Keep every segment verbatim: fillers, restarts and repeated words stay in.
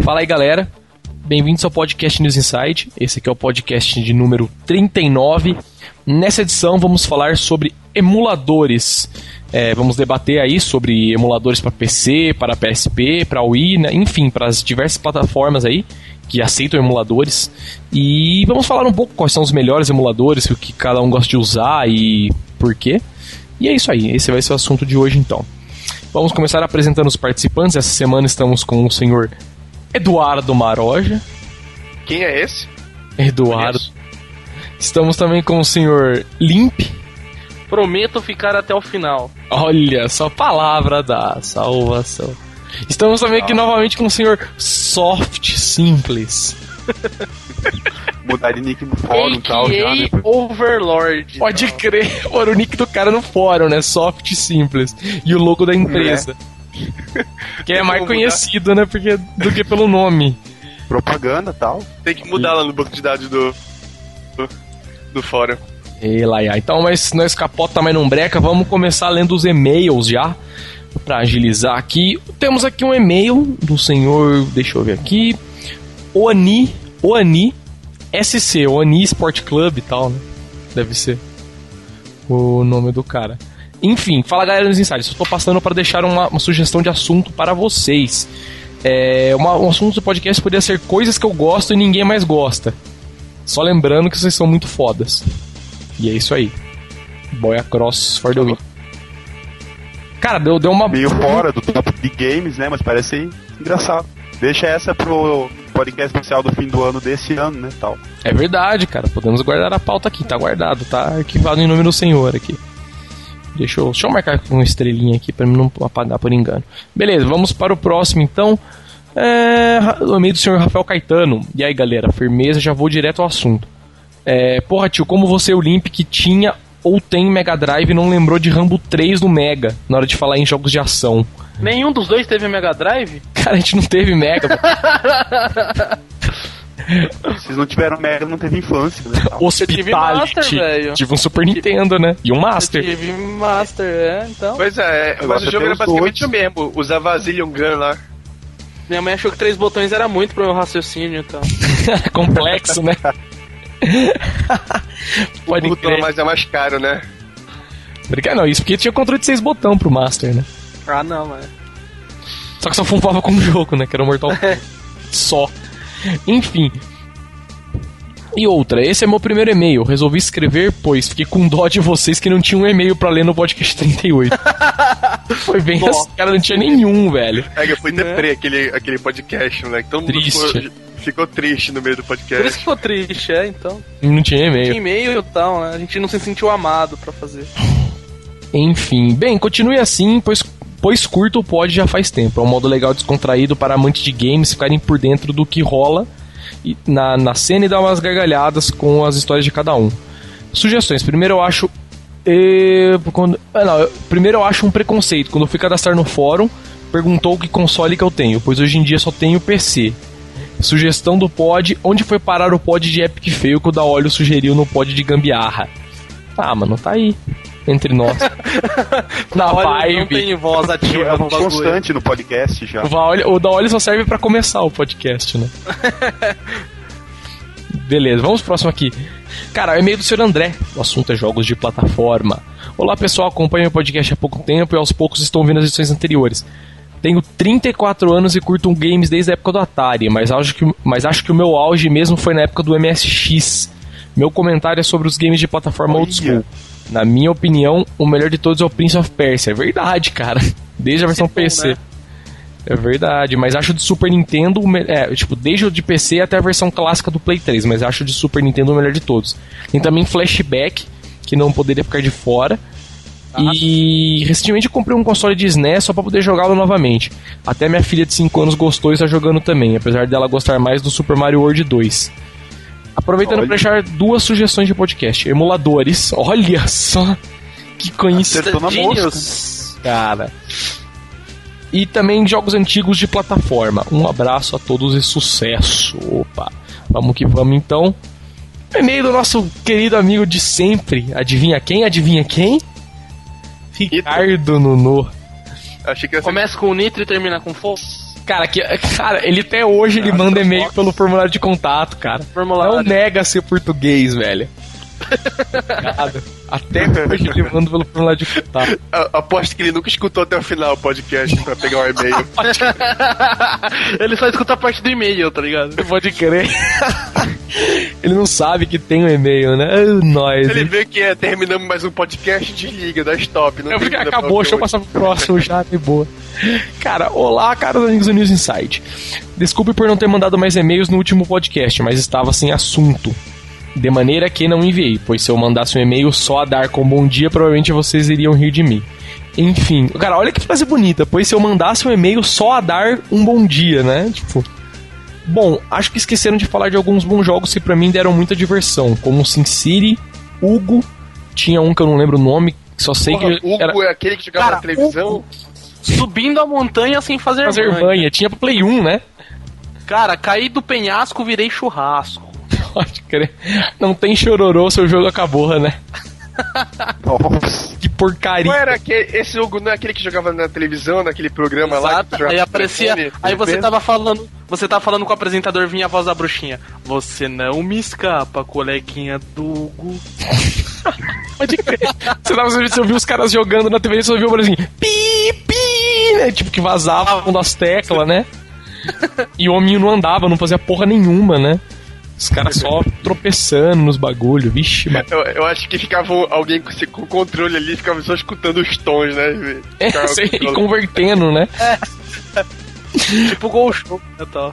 Fala aí, galera. Bem-vindos ao podcast News Inside. Esse aqui é o podcast de número trinta e nove. Nessa edição vamos falar sobre emuladores. É, vamos debater aí sobre emuladores para P C, para P S P, para Wii, né? Enfim, para as diversas plataformas aí que aceitam emuladores. E vamos falar um pouco quais são os melhores emuladores, o que cada um gosta de usar e por quê. E é isso aí, esse vai ser o assunto de hoje então. Vamos começar apresentando os participantes. Essa semana estamos com o senhor Eduardo Maroja. Quem é esse? Eduardo. Estamos também com o senhor Limp. Prometo ficar até o final. Olha, só palavra da salvação. Estamos também aqui novamente com o senhor Soft Simples. Mudar de nick no fórum e tal já, né? Overlord. Pode crer, mano, o nick do cara no fórum, né? Soft Simples. E o logo da empresa. É. Que é mais conhecido, né? Porque, do que pelo nome. Propaganda e tal. Tem que mudar lá no banco de dados do, do, do fórum. E lá, então, mas nós capota, mas não breca. Vamos começar lendo os e-mails já. Pra agilizar aqui. Temos aqui um e-mail do senhor, deixa eu ver aqui, Oni, Oni S C, Oni Sport Club e tal, né? Deve ser o nome do cara. Enfim, fala galera dos Insiders, eu tô passando para deixar uma, uma sugestão de assunto para vocês. É, uma, um assunto do podcast poderia ser coisas que eu gosto e ninguém mais gosta. Só lembrando que vocês são muito fodas. E é isso aí. Boy across for the win. Cara, deu, deu uma... Meio fora do tempo de games, né? Mas parece engraçado. Deixa essa pro podcast especial do fim do ano desse ano, né? Tal. É verdade, cara. Podemos guardar a pauta aqui. Tá guardado, tá arquivado em nome do senhor aqui. Deixa eu, deixa eu marcar com uma estrelinha aqui pra não apagar por engano. Beleza, vamos para o próximo então. É... O e-mail do senhor Rafael Caetano. E aí, galera, firmeza, já vou direto ao assunto. É... Porra, tio, como você é o Limp que tinha... ou tem Mega Drive e não lembrou de Rambo três no Mega, na hora de falar em jogos de ação. Nenhum dos dois teve Mega Drive? Cara, a gente não teve Mega. Vocês não tiveram Mega, não teve infância, né? Hospitality. Tive um Super Nintendo, né? E um Master. Eu tive Master, é, então. Pois é, mas o jogo era basicamente o mesmo. Usava a Zillion Gun lá. Minha mãe achou que três botões era muito pro meu raciocínio, então. Complexo, né? Pode o crer. Mas é mais caro, né? Não, isso porque tinha controle de seis botões pro Master, né? Ah, não, mas... Só que só funcionava com o jogo, né? Que era o Mortal Kombat. Só. Enfim. E outra, esse é meu primeiro e-mail. Resolvi escrever, pois fiquei com dó de vocês que não tinham um e-mail pra ler no podcast trinta e oito. Foi bem Dó. assim, cara, não tinha nenhum, velho. É, foi deprê aquele, aquele podcast, né? Todo mundo Triste. Ficou, ficou triste no meio do podcast. Por isso que ficou triste, é, então. Não tinha e-mail. Tinha e-mail e tal, né? A gente não se sentiu amado pra fazer. Enfim, bem, continue assim, pois, pois curto o pod já faz tempo. É um modo legal descontraído para amantes de games ficarem por dentro do que rola e na, na cena e dar umas gargalhadas com as histórias de cada um. Sugestões. Primeiro eu acho... Eh, quando, ah, não, eu, primeiro eu acho um preconceito. Quando eu fui cadastrar no fórum, perguntou que console que eu tenho, pois hoje em dia só tenho P C. Sugestão do pod, onde foi parar o pod de Epic Fail que o Daolio sugeriu no pod de Gambiarra? Ah, mano, tá aí. Entre nós. Na vibe. Não tem voz ativa. É um constante no podcast já. O Daolio só serve pra começar o podcast, né? Beleza, vamos pro próximo aqui. Cara, é e-mail do senhor André. O assunto é jogos de plataforma. Olá, pessoal. Acompanho meu podcast há pouco tempo e aos poucos estão ouvindo as edições anteriores. Tenho trinta e quatro anos e curto um games desde a época do Atari, mas acho, que, mas acho que o meu auge mesmo foi na época do M S X. Meu comentário é sobre os games de plataforma old school. Na minha opinião, o melhor de todos é o Prince of Persia. É verdade, cara. Desde a versão P C. Né? É verdade, mas acho de Super Nintendo, é, tipo, desde o de P C até a versão clássica do Play três, mas acho de Super Nintendo o melhor de todos. Tem também Flashback, que não poderia ficar de fora. Ah. E recentemente eu comprei um console de S N E S só pra poder jogá-lo novamente. Até minha filha de cinco anos gostou e está jogando também, apesar dela gostar mais do Super Mario World dois. Aproveitando para deixar duas sugestões de podcast. Emuladores. Olha só que coincidência, cara. E também jogos antigos de plataforma. Um abraço a todos e sucesso. Opa, vamos que vamos então. E-mail do nosso querido amigo de sempre. Adivinha quem? Adivinha quem? Ricardo Nuno. Achei que Começa com o Nitro e termina com Fogo. Cara, que, cara, ele até hoje ele manda e-mail pelo formulário de contato, cara. Formulário. Não nega ser português, velho. Até hoje ele manda pelo formulário de contato. Aposto que ele nunca escutou até o final o podcast pra pegar um e-mail. Ele só escuta a parte do e-mail, tá ligado? Pode crer. Ele não sabe que tem um e-mail, né? Oh, nós. Ele vê que é, terminamos mais um podcast, desliga, dá stop. Não Eu vi que termina acabou, deixa eu hoje. passar pro próximo já, de boa. Cara, olá, caros amigos do News Insight. Desculpe por não ter mandado mais e-mails no último podcast, mas estava sem assunto. De maneira que não enviei, pois se eu mandasse um e-mail só a dar com bom dia, provavelmente vocês iriam rir de mim. Enfim, cara, olha que frase bonita, pois se eu mandasse um e-mail só a dar um bom dia, né? Tipo... Bom, acho que esqueceram de falar de alguns bons jogos que pra mim deram muita diversão, como SimCity, Hugo, tinha um que eu não lembro o nome, só sei Porra, que Hugo era... é aquele que jogava Cara, na televisão. Subindo a montanha sem fazer, Fazer manha. manha, tinha pro Play um, né? Cara, caí do penhasco, virei churrasco. Pode crer. Não tem chororô, seu jogo acabou, né? Nossa. Que porcaria. Não era aquele, esse Hugo não é aquele que jogava na televisão, naquele programa lá? Que tu Exato. jogava Aí no aparecia. telefone? Aí você Beleza? tava falando. Você tava falando com o apresentador, vinha a voz da bruxinha. Você não me escapa, coleguinha do Hugo. Pode crer. Você, tava, você ouviu os caras jogando na T V e você ouviu o barulhinho pi, pi, né? Tipo que vazava com as teclas, né? E o hominho não andava, não fazia porra nenhuma, né? Os caras só tropeçando nos bagulho, vixe, mas... Eu, eu acho que ficava alguém com, com o controle ali, ficava só escutando os tons, né? É, Ficava sei, com o controle. convertendo, né? Tipo gol show, né, tal.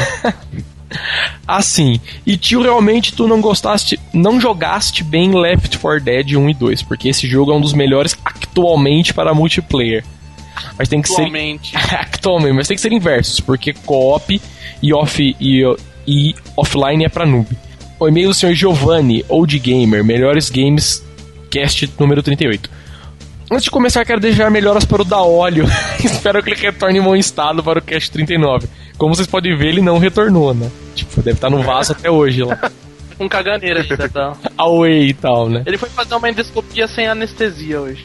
Assim, e tio, realmente tu não gostaste, não jogaste bem Left four Dead um e dois, porque esse jogo é um dos melhores atualmente para multiplayer. Mas tem que Atualmente. ser... Atualmente, mas tem que ser inversos, porque co-op e, off, e, e offline é pra noob. O e-mail do senhor Giovanni, Old Gamer, Melhores Games, cast número trinta e oito. Antes de começar, quero desejar melhoras para o da Óleo. Espero que ele retorne em bom estado para o cast trinta e nove. Como vocês podem ver, ele não retornou, né? Tipo, deve estar no vaso até hoje lá. Com caganeira ainda, tá? Away e tal, né? Ele foi fazer uma endoscopia sem anestesia hoje.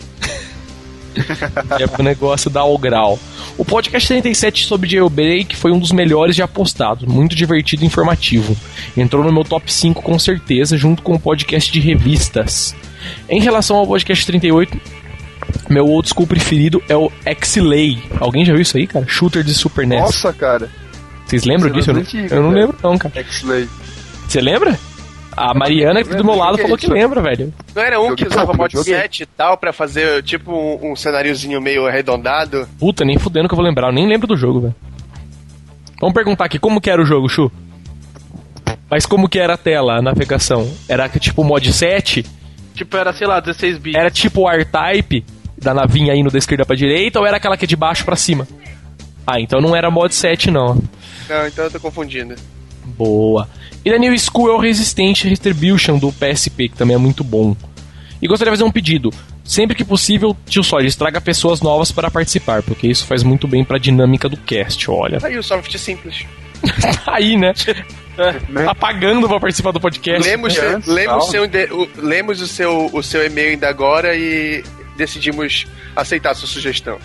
É pro negócio dar o grau. O podcast trinta e sete sobre Jailbreak foi um dos melhores já postados. Muito divertido e informativo. Entrou no meu top cinco com certeza, junto com o podcast de revistas. Em relação ao podcast trinta e oito, meu old school preferido é o X-Lay. Alguém já viu isso aí, cara? Shooter de Super N E S. Nossa, cara. Vocês lembram Isso é disso? Eu não, antigo, eu não velho. lembro não, cara. X-Lay. Você lembra? A Mariana aqui do meu lado falou que lembra, velho. Não era um Joguei que usava pouco, mod joguei. set e tal, pra fazer tipo um, um cenáriozinho meio arredondado? Puta, nem fudendo que eu vou lembrar. Eu nem lembro do jogo, velho. Vamos perguntar aqui, como que era o jogo, Chu? Mas como que era a tela, a navegação? Era tipo mod sete? Tipo, era, sei lá, dezesseis bits. Era tipo o R-Type, da navinha indo da esquerda pra direita, ou era aquela que é de baixo pra cima? Ah, então não era mod sete, não. Não, então eu tô confundindo. Boa. E da New School é o Resistente Retribution do P S P, que também é muito bom. E gostaria de fazer um pedido. Sempre que possível, tio Solis, traga pessoas novas para participar, porque isso faz muito bem pra dinâmica do cast, olha. Aí o software simples. Tá aí, né? Né? Tá pagando pra participar do podcast. Lemos, É, lemos, tal. seu, ide- o, lemos o, seu, o seu e-mail ainda agora e decidimos aceitar a sua sugestão.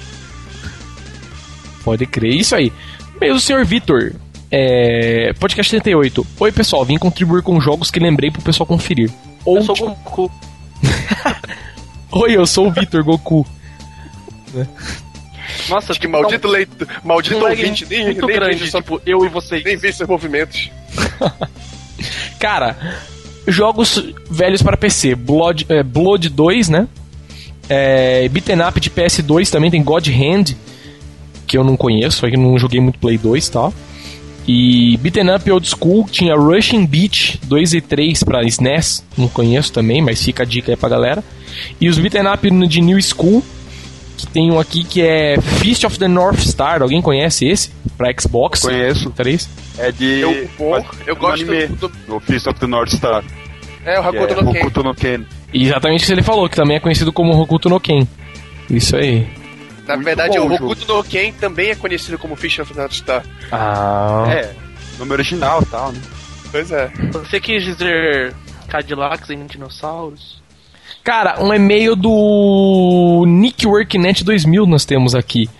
Pode crer, isso aí. Meio do senhor Vitor. É... Podcast trinta e oito. Oi, pessoal, vim contribuir com jogos que lembrei pro pessoal conferir. Ou Eu sou o Goku. Oi, eu sou o Vitor Goku. Nossa, Acho que maldito leito, maldito um lag ouvinte, nem, muito nem grande, vejo só- tipo, eu e vocês. nem vejo seus movimentos. Cara, jogos velhos para P C. Blood, é, Blood dois, né? É, Beaten Up de P S dois também tem God Hand, que eu não conheço, aí não joguei muito Play dois e tal. E Beaten Up Old School tinha Rushing Beach dois e três pra S N E S, não conheço também, mas fica a dica aí pra galera. E os Beaten Up de New School, que tem um aqui que é Fist of the North Star, alguém conhece esse? Pra Xbox? Conheço. três. É de... Eu, pô, eu do gosto anime, do, do Fist of the North Star. É, o Que é Hakuto no Ken. Hokuto no Ken. E exatamente isso ele falou, que também é conhecido como Hokuto no Ken. Isso aí. Na Muito verdade, bom o o Hokuto no Ken também é conhecido como Fish of North Star. Ah. É, nome original e tal, né? Pois é. Você quis dizer Cadillacs em dinossauros? Cara, um e-mail do Nick Worknet dois mil nós temos aqui.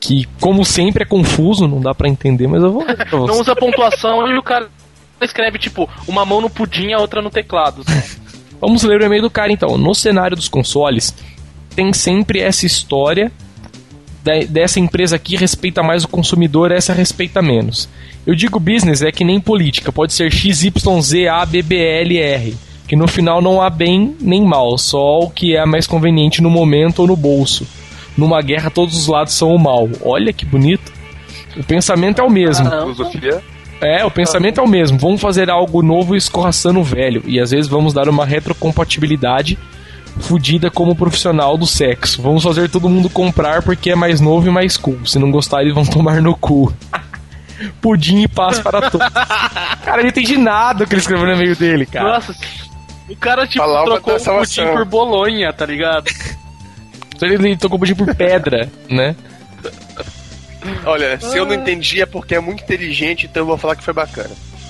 que, como sempre, é confuso, não dá pra entender, mas eu vou ler pra Não você. usa pontuação e o cara escreve, tipo, uma mão no pudim e a outra no teclado. Vamos ler o e-mail do cara, então. No cenário dos consoles, tem sempre essa história de- dessa empresa aqui respeita mais o consumidor, essa respeita menos. Eu digo business é que nem política, pode ser X Y Z A B B L R, que no final não há bem nem mal, só o que é mais conveniente no momento ou no bolso. Numa guerra todos os lados são o mal. Olha que bonito. O pensamento é o mesmo. Caramba. Filosofia. É, o pensamento é o mesmo. Vamos fazer algo novo escorraçando o velho. E às vezes vamos dar uma retrocompatibilidade fudida como profissional do sexo. Vamos fazer todo mundo comprar porque é mais novo e mais cool. Se não gostar, eles vão tomar no cu. Pudim e paz para todos. Cara, eu não entendi nada que ele escreveu no e-mail dele, cara. Nossa, o cara, tipo, Palavra trocou da o pudim salvação. por bolonha, tá ligado? Ele ele tocou pudim por pedra, né? Olha, se eu não entendi é porque é muito inteligente, então eu vou falar que foi bacana.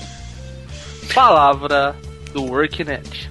Palavra do Worknet.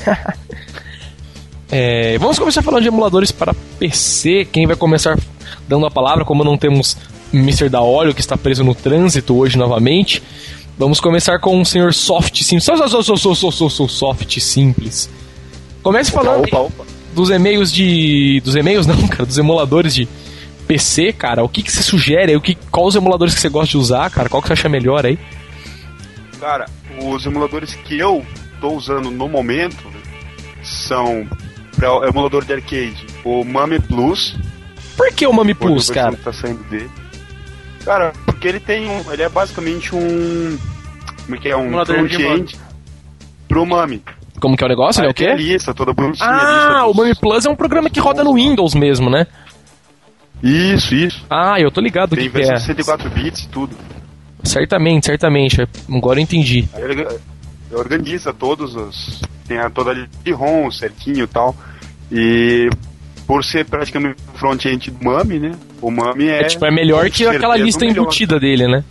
É, vamos começar falando de emuladores para P C. Quem vai começar dando a palavra, como não temos mister Daolio, que está preso no trânsito hoje novamente, vamos começar com o senhor Soft Simples. Só, só, só, só, só, só, só, Soft Simples. Comece falando Opa, opa. dos e-mails de... Dos e-mails não, cara, dos emuladores de P C, cara. O que, que você sugere aí? O que, qual os emuladores que você gosta de usar, cara? Qual que você acha melhor aí? Cara, os emuladores que eu tô usando no momento são para o emulador de arcade, o Mami Plus. Por que o Mami Plus, a versão cara? que tá saindo dele. Cara, porque ele tem um, ele é basicamente um, como é que é, um Emulador de front-end pro Mami. Como que é o negócio? Ele é o Aí tem a quê? lista toda bonitinha. a Ah, lista o dos- Mami Plus é um programa que roda no Windows mesmo, né? Isso, isso. Ah, eu tô ligado do Tem que, que versão é. de cento e quatro bits e tudo. Certamente, certamente. Agora eu entendi. Aí ele ele organiza todos os, tem a, toda a lista de ROM certinho e tal. E por ser praticamente o front-end do Mami, né? O Mami é... É, tipo, é melhor com que aquela certeza, lista o melhor. embutida dele, né?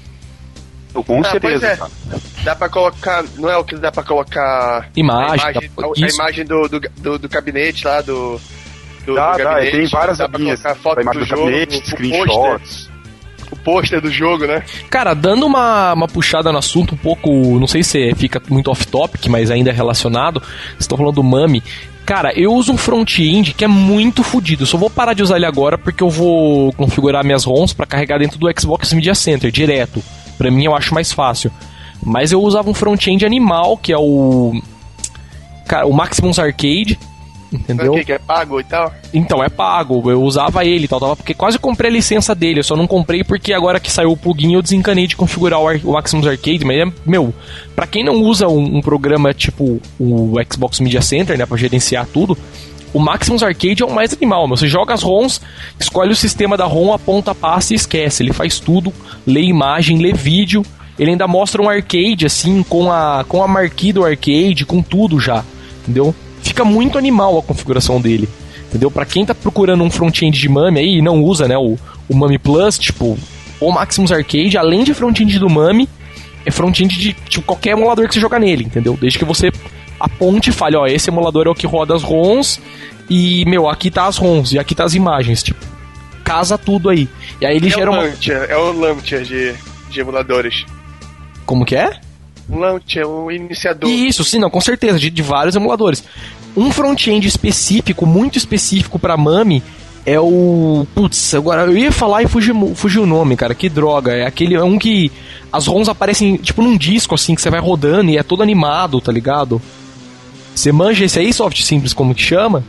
Com Ah, certeza, pois é. cara. Dá pra colocar. Não é o que dá pra colocar. Imagem, a imagem, tá- a- a isso. imagem do, do, do, do gabinete lá, do. do, Dá, do dá, gabinete, tem várias dá pra abinhas. colocar foto A imagem do do jogo, gabinete, o, o pôster, screenshots. o pôster do jogo, né? Cara, dando uma, uma puxada no assunto um pouco, não sei se fica muito off-topic, mas ainda é relacionado, vocês estão falando do Mami. Cara, eu uso um front-end que é muito fodido. Eu só vou parar de usar ele agora porque eu vou configurar minhas ROMs pra carregar dentro do Xbox Media Center, direto. Pra mim eu acho mais fácil. Mas eu usava um front-end animal, que é o... Cara, o Maximus Arcade, entendeu? O que, que é pago e tal? Então, é pago, eu usava ele e tal, tava, porque quase comprei a licença dele, eu só não comprei porque agora que saiu o plugin eu desencanei de configurar o, Ar- o Maximus Arcade, mas é, meu, pra quem não usa um, um programa tipo o Xbox Media Center, né, pra gerenciar tudo, o Maximus Arcade é o mais animal, meu. Você joga as ROMs, escolhe o sistema da ROM, aponta a pasta e esquece, ele faz tudo, lê imagem, lê vídeo, ele ainda mostra um arcade, assim, com a, com a marquee do arcade, com tudo já, entendeu? Fica muito animal a configuração dele, entendeu? Pra quem tá procurando um front-end de Mami aí e não usa, né, o, o Mami Plus, tipo, o Maximus Arcade, além de front-end do Mami, é front-end de tipo, qualquer emulador que você jogar nele, entendeu? Desde que você aponte e fale, ó, esse emulador é o que roda as ROMs e, meu, aqui tá as ROMs e aqui tá as imagens, tipo, casa tudo aí. E aí ele é gera o uma... launcher, é o launcher de, de emuladores. Como que é? Um launcher, um iniciador. Isso, sim, não, com certeza, de, de vários emuladores. Um front-end específico, muito específico pra Mami, é o... Putz, agora eu ia falar e fugiu, fugiu o nome, cara, que droga. É aquele, é um que as ROMs aparecem, tipo, num disco, assim, que você vai rodando e é todo animado, tá ligado? Você manja esse aí, Soft Simples, como que chama?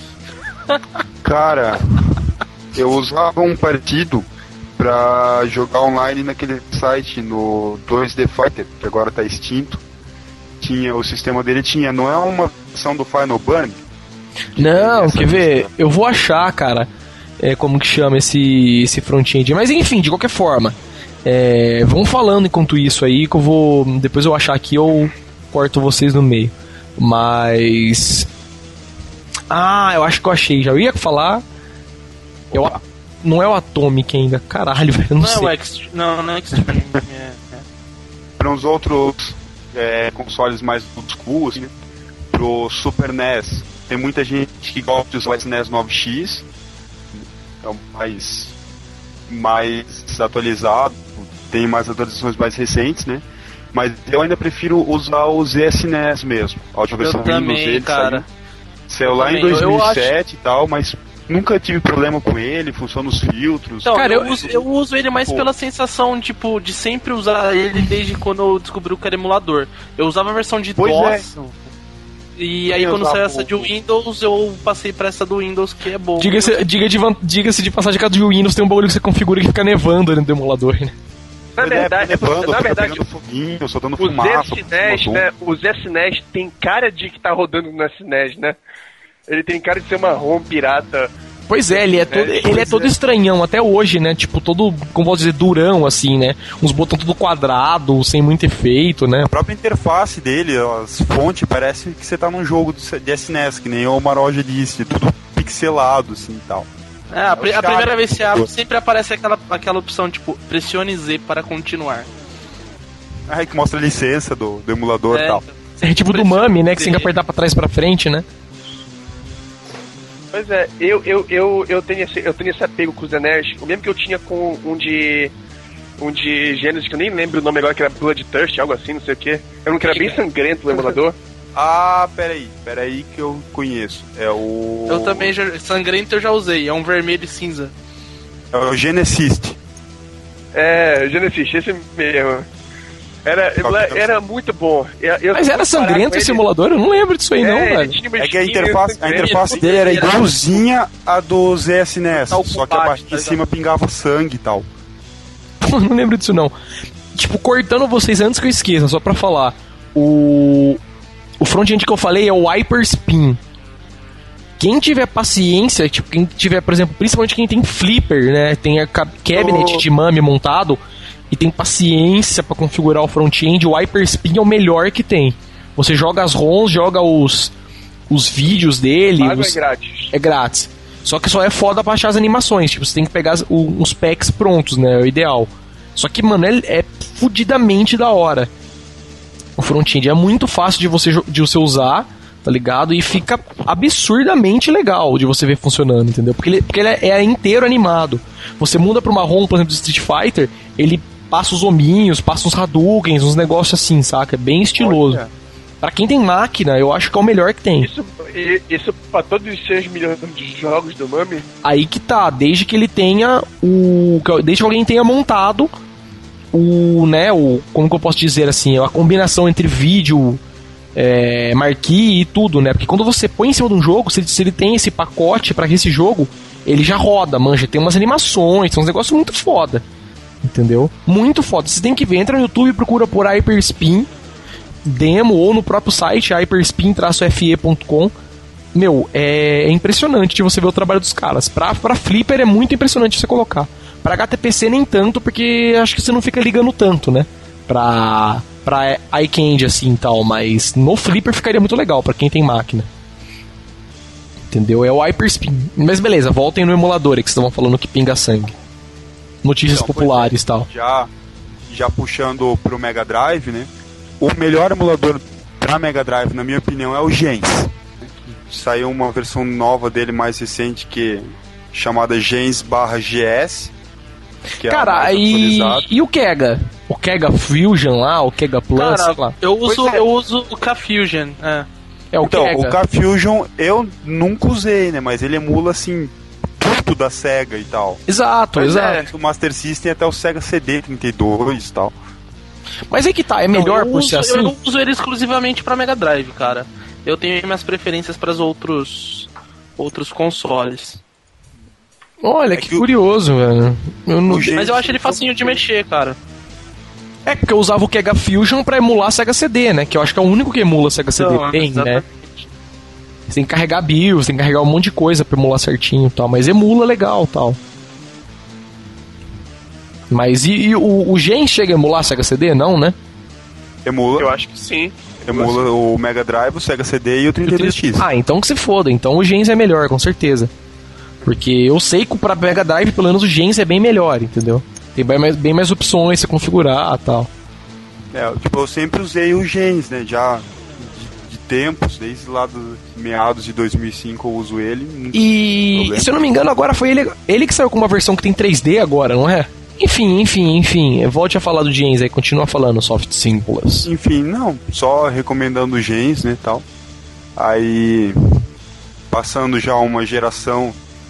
Cara, eu usava um partido pra jogar online naquele site no dois D Fighter, que agora tá extinto. Tinha, o sistema dele tinha, não é uma versão do Final Burn? Não, Essa quer ver? lista. Eu vou achar, cara, é, como que chama esse, esse front-end. Mas enfim, de qualquer forma, é, vão falando enquanto isso aí, que eu vou... Depois eu achar aqui, eu corto vocês no meio. Mas... Ah, eu acho que eu achei. Já eu ia falar... Eu, não é o Atomic ainda. Caralho, velho, eu não, Não é sei. o Extreme. Não, não é Extreme. é, é. Para uns outros é, consoles mais old school, assim, né? Pro Super N E S, tem muita gente que gosta de usar o S N E S nove X, é o mais mais atualizado, tem mais atualizações mais recentes, né? Mas eu ainda prefiro usar o Z S N E S mesmo. A última versão Eu também, Windows dele cara. saiu, saiu lá em dois mil e sete e tal, mas nunca tive problema com ele, funciona os filtros. Então, Cara, eu, eu- uso, eu uso ele mais Pô. pela sensação, tipo, de sempre usar ele desde quando eu descobri que era emulador. Eu usava a versão de Pois DOS. E aí Eu quando usava saiu essa o- de Windows, eu passei pra essa do Windows, que é boa. Diga-se diga de, van- diga-se de passagem que a do Windows tem um bagulho que você configura que fica nevando dentro do emulador, né? Na Ele é verdade, nevando, na fica verdade, pegando foguinho, soltando o fumaça. Z S N E S, né? O Z S N E S tem cara de que tá rodando no S N E S, né? Ele tem cara de ser uma ROM pirata. Pois é, ele é todo, É, ele é pois todo é. estranhão até hoje, né? Tipo, todo, como posso dizer, durão, assim, né? Uns botões tudo quadrado, sem muito efeito, né? A própria interface dele, as fontes, parece que você tá num jogo de S N E S, que nem o Maroja disse, tudo pixelado, assim, e tal. É, a, pri- a chato. primeira vez que você abre, sempre aparece aquela, aquela opção, tipo, pressione Z para continuar. Aí que mostra a licença do, do emulador e É, tal. É tipo do pressione Mami, né? Que você Z. tem que apertar pra trás e pra frente, né? Pois é, eu, eu, eu, eu, tenho esse, eu tenho esse apego com os anéis, o mesmo que eu tinha com um de. Um de Genesis, que eu nem lembro o nome agora, que era Bloodthirst, algo assim, não sei o que. Era um que era bem sangrento o emulador. Ah, peraí, peraí que eu conheço. É o... Eu também, já, sangrento eu já usei, é um vermelho e cinza. É o Genesist. É, Genesis, esse mesmo. Era, era muito bom. Eu, eu Mas fui era parar sangrento com esse ele- emulador? Eu não lembro disso aí, não, É, ele velho. tinha uma É que a skin interface, a sangrenta. interface dele era Era- igualzinha a do Z S N E S, Tá o só que a combate, parte tá de cima pingava sangue e tal. Pô, não lembro disso, não. Tipo, cortando vocês antes que eu esqueça, só pra falar. O. O front-end que eu falei é o Hyperspin. Quem tiver paciência, tipo, quem tiver, por exemplo, principalmente quem tem flipper, né? Tem a ca- cabinet Oh. de mami montado e tem paciência pra configurar o front-end, o Hyperspin é o melhor que tem. Você joga as ROMs, joga os, os vídeos dele. Pago é os- grátis. é grátis. Só que só é foda pra achar as animações. Tipo, você tem que pegar as- o- os packs prontos, né? É o ideal. Só que, mano, é, é fudidamente da hora. O front-end é muito fácil de você, jo- de você usar, tá ligado? E fica absurdamente legal de você ver funcionando, entendeu? Porque ele, porque ele é, é inteiro animado. Você muda pra uma ROM, por exemplo, do Street Fighter, ele passa os hominhos, passa uns Hadoukens, uns negócios assim, saca? É bem estiloso. Olha. Pra quem tem máquina, eu acho que é o melhor que tem. Isso, e- isso pra todos os seis milhões de jogos do Mami? Aí que tá, desde que ele tenha o. que- Desde que alguém tenha montado o. né, o. Como que eu posso dizer assim, a combinação entre vídeo, é, marquee e tudo, né? Porque quando você põe em cima de um jogo, se ele, se ele tem esse pacote pra esse jogo, ele já roda, manja, tem umas animações, tem uns negócios muito foda. Entendeu? Muito foda. Você tem que ver, entra no YouTube e procura por Hyperspin demo ou no próprio site hyperspin traço f e ponto com. Meu, é, é impressionante de você ver o trabalho dos caras. Pra, pra Flipper é muito impressionante você colocar. Pra H T P C nem tanto, porque acho que você não fica ligando tanto, né? Pra, pra iCandy assim e tal. Mas no Flipper ficaria muito legal pra quem tem máquina. Entendeu? É o Hyperspin. Mas beleza, voltem no emulador aí que vocês estavam falando que pinga sangue. Notícias Então, pois populares e tal. Já, já puxando pro Mega Drive, né? O melhor emulador pra Mega Drive, na minha opinião, é o Gens. Saiu uma versão nova dele mais recente que chamada Gens barra G S. Que é a Cara, mais e, atualizada. e o Kega? O Kega Fusion lá, o Kega Plus, sei lá. Cara, eu uso, Pois é. eu uso o K-Fusion. É. É o Então, Kega. o K-Fusion eu nunca usei, né? Mas ele emula, assim, tudo da SEGA e tal. Exato, Pois exato. é. Do Master System até o Sega C D trinta e dois e tal. Mas aí que tá, é melhor eu por uso, ser assim? Eu não uso ele exclusivamente pra Mega Drive, cara. Eu tenho minhas preferências para os outros outros consoles. Olha, É que, que o- curioso, velho. Eu não... o Gen- Mas eu acho ele facinho de mexer, cara. É porque eu usava o Kega Fusion pra emular Sega C D, né? Que eu acho que é o único que emula Sega C D Então, bem, né? exatamente. Você tem que carregar BIOS, tem que carregar um monte de coisa pra emular certinho e tal. Mas emula legal e tal. Mas e, e o, o Gen chega a emular Sega C D? Não, né? Emula, Eu acho que sim. emula o Mega Drive, o Sega C D e o trinta e dois X. Ah, então que se foda. Então o Gens é melhor, com certeza. Porque eu sei que pra Mega Drive, pelo menos o Gens é bem melhor, entendeu? Tem bem mais, bem mais opções, você configurar e tal. É, tipo, eu sempre usei o Gens, né? Já de, de tempos, desde lá dos meados de dois mil e cinco eu uso ele. E, se eu não me engano, agora foi ele, ele que saiu com uma versão que tem três D agora, não é? Enfim, enfim, enfim, volte a falar do Gens aí, continua falando, Soft Simples. Enfim, não, só recomendando o Gens, né, tal. Aí, passando já uma geração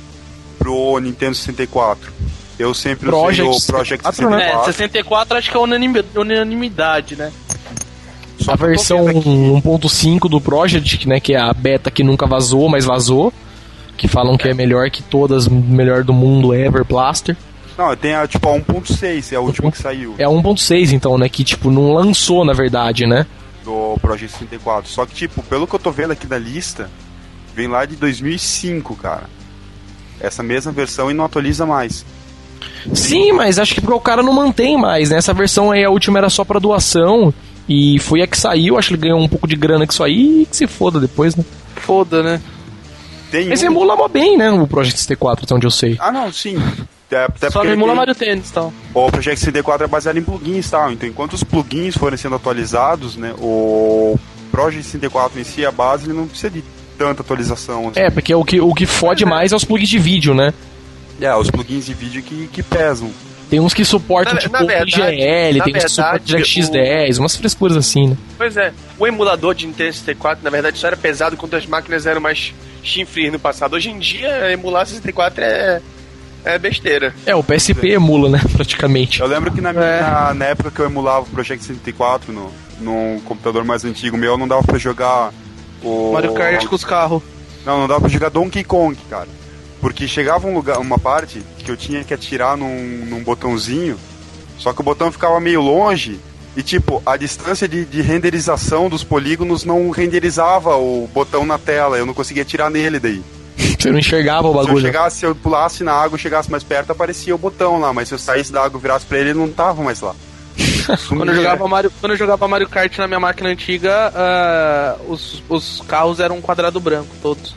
pro Nintendo sessenta e quatro. Eu sempre Project usei o Project sessenta e quatro, sessenta e quatro. É, sessenta e quatro acho que é unanimi- unanimidade, né? Só A que eu tô versão vendo aqui- um ponto cinco do Project, né, que é a beta que nunca vazou, mas vazou, que falam que é melhor que todas, melhor do mundo ever, Blaster. Não, tem a, tipo, a um ponto seis, é a última que saiu, É a um ponto seis, então, né, que, tipo, não lançou, na verdade, né? do Project sessenta e quatro. Só que, tipo, pelo que eu tô vendo aqui da lista, vem lá de dois mil e cinco, cara. Essa mesma versão e não atualiza mais. Sim, mas acho que porque o cara não mantém mais, né? Essa versão aí, a última era só pra doação, e foi a que saiu, acho que ele ganhou um pouco de grana com isso aí, e que se foda depois, né? Foda, né? Tem Mas um- emula mó bem, né, o Project sessenta e quatro, até onde eu sei. Ah, não, sim. Até, até Só porque não emula tem- Mario Tennis e tal. O Project sessenta e quatro é baseado em plugins e tal, então enquanto os plugins forem sendo atualizados, né, o Project sessenta e quatro em si, a base, ele não precisa de tanta atualização. Assim. É, porque o que, o que fode mais é os plugins de vídeo, né? É, os plugins de vídeo que, que pesam. Tem uns que suportam, Na- tipo, na o verdade- I G L, na tem uns que suportam verdade, DirectX dez, umas frescuras assim, né? Pois é, o emulador de Nintendo sessenta e quatro, na verdade, só era pesado quando as máquinas eram mais chinfrias no passado. Hoje em dia, emular sessenta e quatro é, é besteira. É, o P S P emula, né, praticamente. Eu lembro que na, minha- É. na, na época que eu emulava o Project sessenta e quatro no, no computador mais antigo meu, não dava pra jogar o... Mario Kart com os carros. Não, não dava pra jogar Donkey Kong, cara. Porque chegava um lugar, uma parte que eu tinha que atirar num, num botãozinho, só que o botão ficava meio longe e, tipo, a distância de, de renderização dos polígonos não renderizava o botão na tela, eu não conseguia atirar nele daí. Você não enxergava o Se eu bagulho. chegasse, se eu pulasse na água, chegasse mais perto, aparecia o botão lá, mas se eu saísse da água e virasse pra ele, ele não tava mais lá. Quando eu, jogava Mario, quando eu jogava Mario Kart na minha máquina antiga, ah, os, os carros eram um quadrado branco, todos.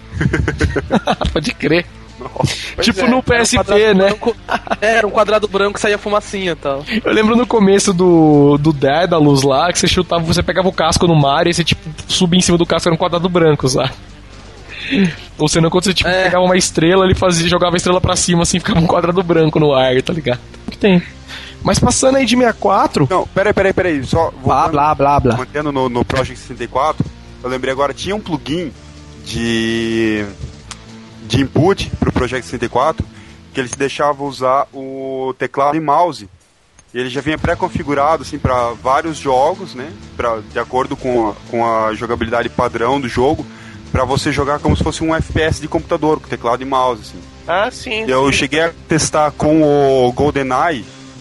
Pode crer. Pois tipo é, no P S Era um P, quadrado né? branco- é, era um quadrado branco que saía fumacinha e tal. Eu lembro no começo do, do Daedalus lá, que você chutava, você pegava o casco no Mario e você, tipo, subia em cima do casco, era um quadrado branco, sabe? Ou senão, quando você, tipo, É. pegava uma estrela, ele fazia, jogava a estrela pra cima, assim, ficava um quadrado branco no ar, tá ligado? O que tem? Mas passando aí de sessenta e quatro... Não, peraí, peraí, peraí, só Blá, voltando, blá, blá, blá. mantendo no, no Project sessenta e quatro, eu lembrei agora, tinha um plugin de, de input pro Project sessenta e quatro, que ele te deixava usar o teclado e mouse. E ele já vinha pré-configurado, assim, para vários jogos, né, pra, de acordo com a, com a jogabilidade padrão do jogo, pra você jogar como se fosse um F P S de computador, com teclado e mouse, assim. Ah, sim. Eu sim. cheguei a testar com o GoldenEye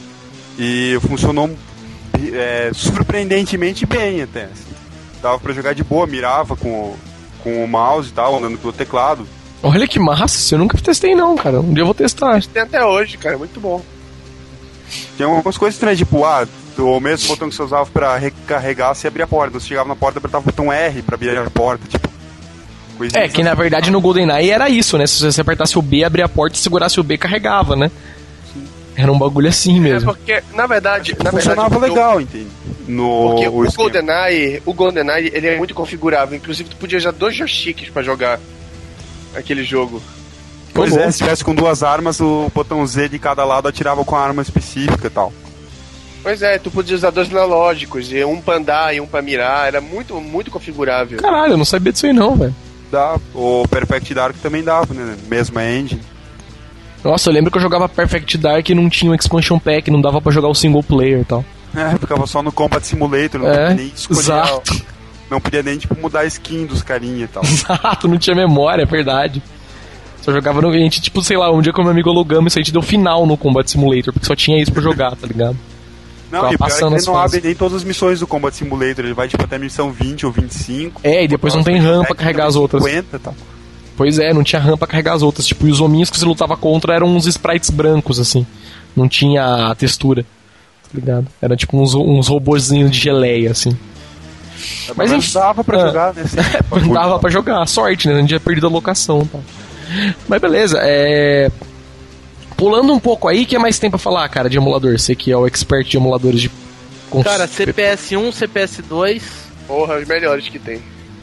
e funcionou é, surpreendentemente bem até. Assim. Dava pra jogar de boa, mirava com, o- com o mouse e tal, andando pelo teclado. Olha que massa, isso eu nunca testei não, cara. Um dia eu vou testar. Tem até hoje, cara, muito bom. Tinha algumas coisas estranhas, tipo, ah, o mesmo botão que você usava pra recarregar, você abria a porta. Você chegava na porta e apertava o botão R pra abrir a porta, tipo. É, que na verdade no GoldenEye era isso, né? Se você apertasse o B, abria a porta e segurasse o B, carregava, né? Era um bagulho assim É mesmo. porque, na verdade, na funcionava verdade, o- legal, entende? No Porque o, esquema. GoldenEye, o GoldenEye, ele é muito configurável. Inclusive, tu podia usar dois joysticks pra jogar aquele jogo. Pois Tá é, bom. se tivesse com duas armas, o botão Z de cada lado atirava com a arma específica e tal. Pois é, tu podia usar dois analógicos, e um pra andar e um pra mirar. Era muito, muito configurável. Caralho, eu não sabia disso aí não, velho. Dá. O Perfect Dark também dava, né? Mesma engine. Nossa, eu lembro que eu jogava Perfect Dark e não tinha um expansion pack, não dava pra jogar o single player e tal. É, ficava só no Combat Simulator, não É, podia nem escolher. exato. Não podia nem, tipo, mudar a skin dos carinha e tal. Exato, não tinha memória, é verdade. Só jogava no. A gente, tipo, sei lá, um dia com meu amigo alugamos, a gente deu final no Combat Simulator, porque só tinha isso pra jogar, tá ligado? Não, Ficava e o pior é que passando ele as não fases. abre nem todas as missões do Combat Simulator. Ele vai, tipo, até missão vinte ou vinte e cinco. É, e depois não tem RAM pra carregar as outras. cinquenta e tal. Pois é, não tinha RAM pra carregar as outras. Tipo, e os hominhos que você lutava contra eram uns sprites brancos, assim. Não tinha textura, tá ligado? Era tipo uns, uns robozinhos de geleia, assim. Mas Mas enfim, dava pra ah. jogar, né? Assim, Não dava pra jogar, sorte, né? Não tinha perdido a locação e tal. Mas beleza, é. Pulando um pouco aí, o que mais tem pra falar, cara, de emulador? Você que é o expert de emuladores de. cons- Cara, C P S um, C P S dois. Porra, os melhores que tem.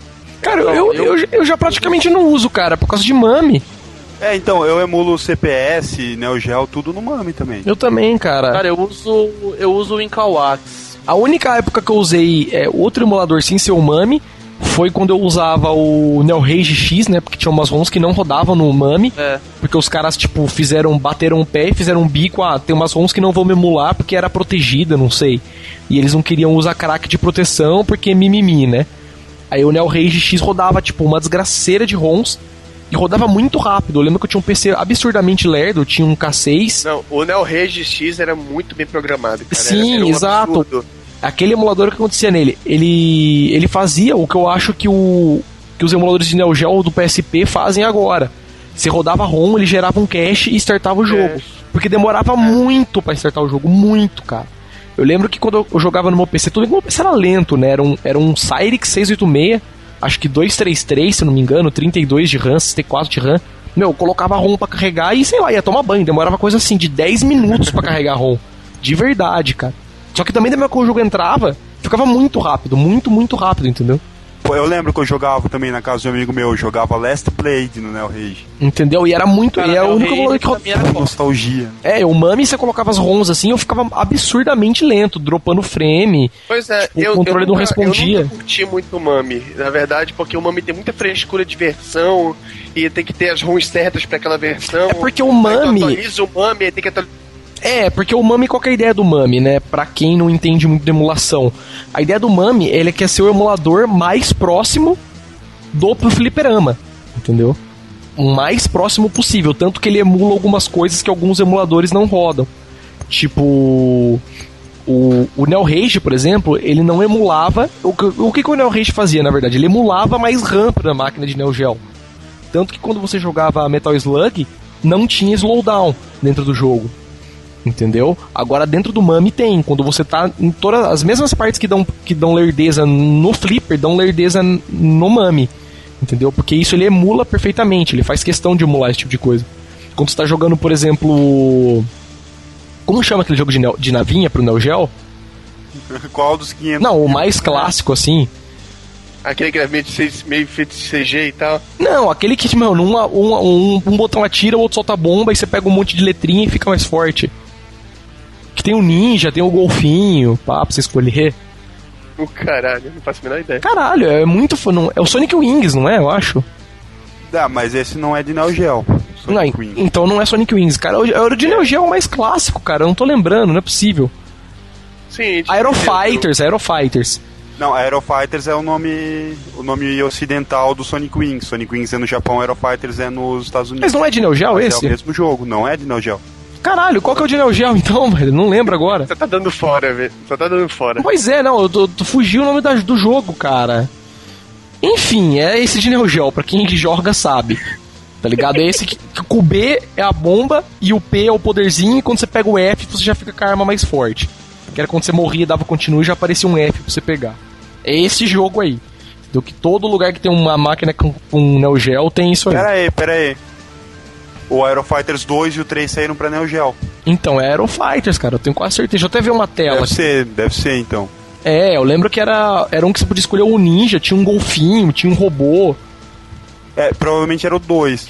Cara, eu, eu, eu, eu já praticamente não uso, cara, por causa de mame. É, então, eu emulo C P S, Neo Geo, tudo no mame também. Eu também, cara. Cara, eu uso, eu uso o Incawax. A única época que eu usei é, outro emulador sem ser o mame foi quando eu usava o Neo Rage X, né? Porque tinha umas ROMs que não rodavam no mame. É. Porque os caras, tipo, fizeram, bateram o pé e fizeram um bico. Ah, tem umas ROMs que não vão me emular porque era protegida, não sei. E eles não queriam usar crack de proteção porque mimimi, né? Aí o Neo Rage X rodava, tipo, uma desgraceira de ROMs. E rodava muito rápido. Eu lembro que eu tinha um P C absurdamente lerdo, eu tinha um K seis. Não, o Neo Rage X era muito bem programado, cara. Sim, era, era um exato. absurdo. Aquele emulador, o que acontecia nele? Ele, ele fazia o que eu acho que, o, que os emuladores de Neo Geo do P S P fazem agora. Você rodava ROM, ele gerava um cache e startava o jogo. É. Porque demorava é. muito pra startar o jogo, muito, cara. Eu lembro que quando eu jogava no meu P C, tudo bem que o meu P C era lento, né? Era um, era um Cyrix seiscentos e oitenta e seis, acho que duzentos e trinta e três, se não me engano, trinta e dois de RAM, sessenta e quatro de RAM. Meu, eu colocava ROM pra carregar e, sei lá, ia tomar banho. Demorava coisa assim, de dez minutos pra carregar ROM. De verdade, cara. Só que também, da quando o jogo entrava, ficava muito rápido, muito, muito rápido, entendeu? Pô, eu lembro que eu jogava também na casa de um amigo meu, eu jogava Last Blade no Neo Rage. Entendeu? E era muito, Cara, e era o único Rage que rodava. Nostalgia. É, o Mami, você colocava as ROMs assim, eu ficava absurdamente lento, dropando frame. Pois é, tipo, eu, o controle eu não nunca, respondia. Eu nunca curti muito o Mami, na verdade, porque o Mami tem muita frescura de versão e tem que ter as ROMs certas pra aquela versão. É porque o Mami... Aí tu atualiza o Mami, aí tem que atualizar. É, porque o Mami, qual que é a ideia do Mami, né? Pra quem não entende muito de emulação. A ideia do Mami, ele quer ser o emulador mais próximo do fliperama, entendeu? O mais próximo possível, tanto que ele emula algumas coisas que alguns emuladores não rodam. Tipo, o, o Neo Rage, por exemplo, ele não emulava... O, o que, que o Neo Rage fazia, na verdade? Ele emulava mais RAM pra máquina de Neo Geo. Tanto que quando você jogava Metal Slug, não tinha slowdown dentro do jogo. Entendeu? Agora dentro do Mami tem. Quando você tá em todas as mesmas partes que dão, que dão lerdeza no Flipper, dão lerdeza no Mami. Entendeu? Porque isso ele emula perfeitamente. Ele faz questão de emular esse tipo de coisa. Quando você tá jogando, por exemplo... Como chama aquele jogo de, neo, de navinha pro Neo Geo? Qual dos quinhentos? Não, o mais clássico, assim. Aquele que era meio, de, meio feito de C G e tal. Não, aquele que, mano, um, um, um, um botão atira, o outro solta a bomba e você pega um monte de letrinha e fica mais forte. Que tem o ninja, tem o golfinho, pá, pra você escolher. O caralho, não faço a menor ideia. Caralho, é muito... Não, é o Sonic Wings, não é? Eu acho. Ah, mas esse não é de Neo Geo. Não, então não é Sonic Wings, cara. O de Neo Geo é o mais clássico, cara. Eu não tô lembrando, não é possível. Sim. Aero Fighters, Aero Fighters. Não, Aero Fighters é o nome o nome ocidental do Sonic Wings. Sonic Wings é no Japão, Aero Fighters é nos Estados Unidos. Mas não é de Neo Geo esse? É o mesmo jogo, não é de Neo Geo. Caralho, qual que é o de Neo Geo então, velho? Não lembro agora. Você tá dando fora, velho. Só tá dando fora. Pois é, não, eu tô, tô fugiu o nome da, do jogo, cara. Enfim, é esse de Neo Geo, pra quem joga sabe. Tá ligado? É esse que, que o B é a bomba e o P é o poderzinho, e quando você pega o F, você já fica com a arma mais forte. Que era quando você morria, dava continue e já aparecia um F pra você pegar. É esse jogo aí. Do que todo lugar que tem uma máquina com, com Neo Geo tem isso aí. Pera aí, pera aí. O Aero Fighters dois e o três saíram pra Neo Geo. Então, é Aero Fighters, cara, eu tenho quase certeza. Deixa eu até ver uma tela. Deve ser, deve ser então. É, eu lembro que era, era um que você podia escolher o ninja, tinha um golfinho, tinha um robô. É, provavelmente era o dois.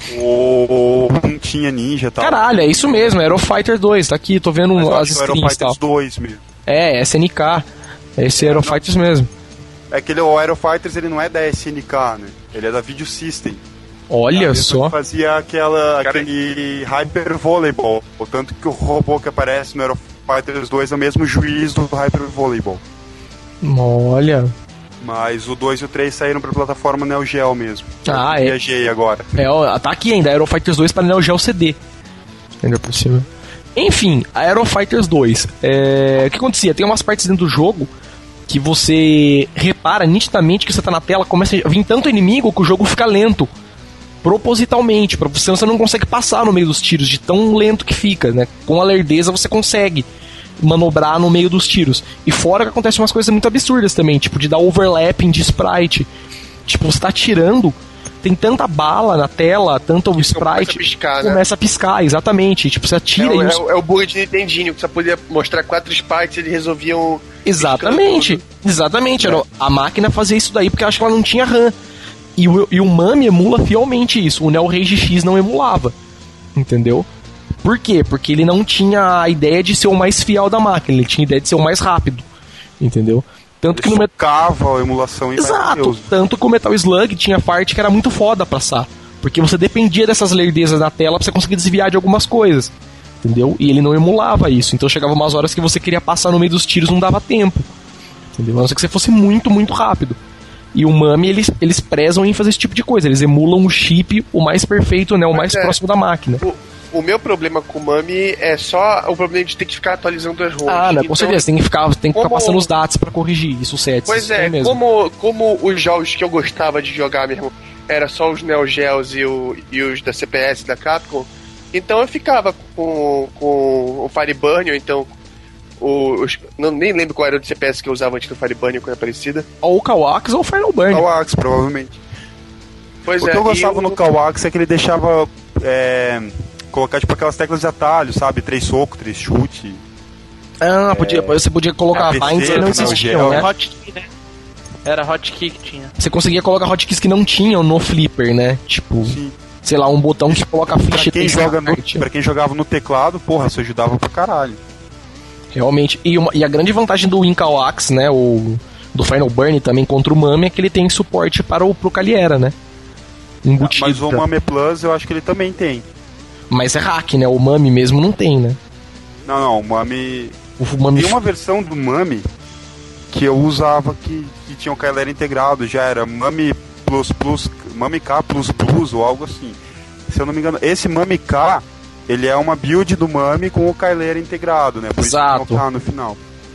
O um tinha ninja e tal. Caralho, é isso mesmo, Aero Fighter dois, tá aqui, tô vendo Mas as screens e tal. Aero Fighters dois mesmo. É, S N K. Esse é Aero Fighters mesmo. É que ele, o Aero Fighters ele não é da S N K, né? Ele é da Video System. Olha só. Fazia aquela, aquele Hyper Volleyball. Tanto que o robô que aparece no Aero Fighters dois é o mesmo juiz do Hyper Volleyball. Olha. Mas o dois e o três saíram pra plataforma Neo Geo mesmo. Ah, eu é. Viajei agora. É, ó, tá aqui ainda, Aero Fighters dois para Neo Geo C D. Ainda por cima. Enfim, Aero Fighters dois. É... O que acontecia? Tem umas partes dentro do jogo que você repara nitidamente que você tá na tela, começa a vir tanto inimigo que o jogo fica lento. Propositalmente, pra você, você não consegue passar no meio dos tiros, de tão lento que fica, né? Com a lerdeza você consegue manobrar no meio dos tiros. E fora que acontecem umas coisas muito absurdas também, tipo de dar overlapping de sprite. Tipo, você tá atirando, tem tanta bala na tela, tanto o sprite começa a piscar, né? Começa a piscar, exatamente. Tipo, você atira é, e... É, os... é o bug de Nintendinho, que você podia mostrar quatro sprites e eles resolviam... Exatamente, exatamente. É. A máquina fazia isso daí porque eu acho que ela não tinha RAM. E o, e o Mami emula fielmente isso. O Neo Rage X não emulava. Entendeu? Por quê? Porque ele não tinha a ideia de ser o mais fiel da máquina. Ele tinha a ideia de ser o mais rápido. Entendeu? Tanto que no Metal... a emulação e Exato. Tanto que o Metal Slug tinha parte que era muito foda pra passar. Porque você dependia dessas lerdezas da tela pra você conseguir desviar de algumas coisas. Entendeu? E ele não emulava isso. Então chegava umas horas que você queria passar no meio dos tiros, não dava tempo. Entendeu? A não ser que você fosse muito, muito rápido. E o Mami, eles, eles prezam em fazer esse tipo de coisa. Eles emulam o chip o mais perfeito, né? O mais é, próximo da máquina. O, o meu problema com o Mami é só o problema de ter que ficar atualizando as ROMs. Ah, não, então, com certeza. Tem que ficar, tem que como... ficar passando os dados pra corrigir. Isso, sete. Pois isso é, mesmo. como, como os jogos que eu gostava de jogar mesmo era só os Neo Geos e, o, e os da C P S da Capcom, então eu ficava com, com o Fireburn, ou então o, os, não, nem lembro qual era o C P S que eu usava antes do Fireburn, coisa parecida. Ou o Kawax ou o Final Burn. Kawax, provavelmente. Pois o é, que eu gostava o... no Kawax é que ele deixava é, colocar tipo aquelas teclas de atalho, sabe? Três socos, três chute. Ah, podia, você podia colocar A P C, Vines que não existiam, né? Hotkey, né? Era hotkey que tinha. Você conseguia colocar hotkeys que não tinham no Flipper, né? Tipo, Sim. sei lá, um botão que coloca a ficha. Pra quem, joga no, pra quem jogava no teclado, porra, isso ajudava pra caralho. Realmente. E, uma, e a grande vantagem do Incal-Axe, né? O do Final Burn também contra o Mami é que ele tem suporte para o pro Caliera, né? Embutido. Mas o Mami Plus eu acho que ele também tem. Mas é hack, né? O Mami mesmo não tem, né? Não, não, o Mami. O Mami... Tem uma versão do Mami que eu usava que, que tinha o Caliera integrado, já era Mami Plus Plus, Mami K Plus Plus ou algo assim. Se eu não me engano, esse Mami K, ele é uma build do Mami com o Caliera integrado, né? Por Exato. Isso que eu no final.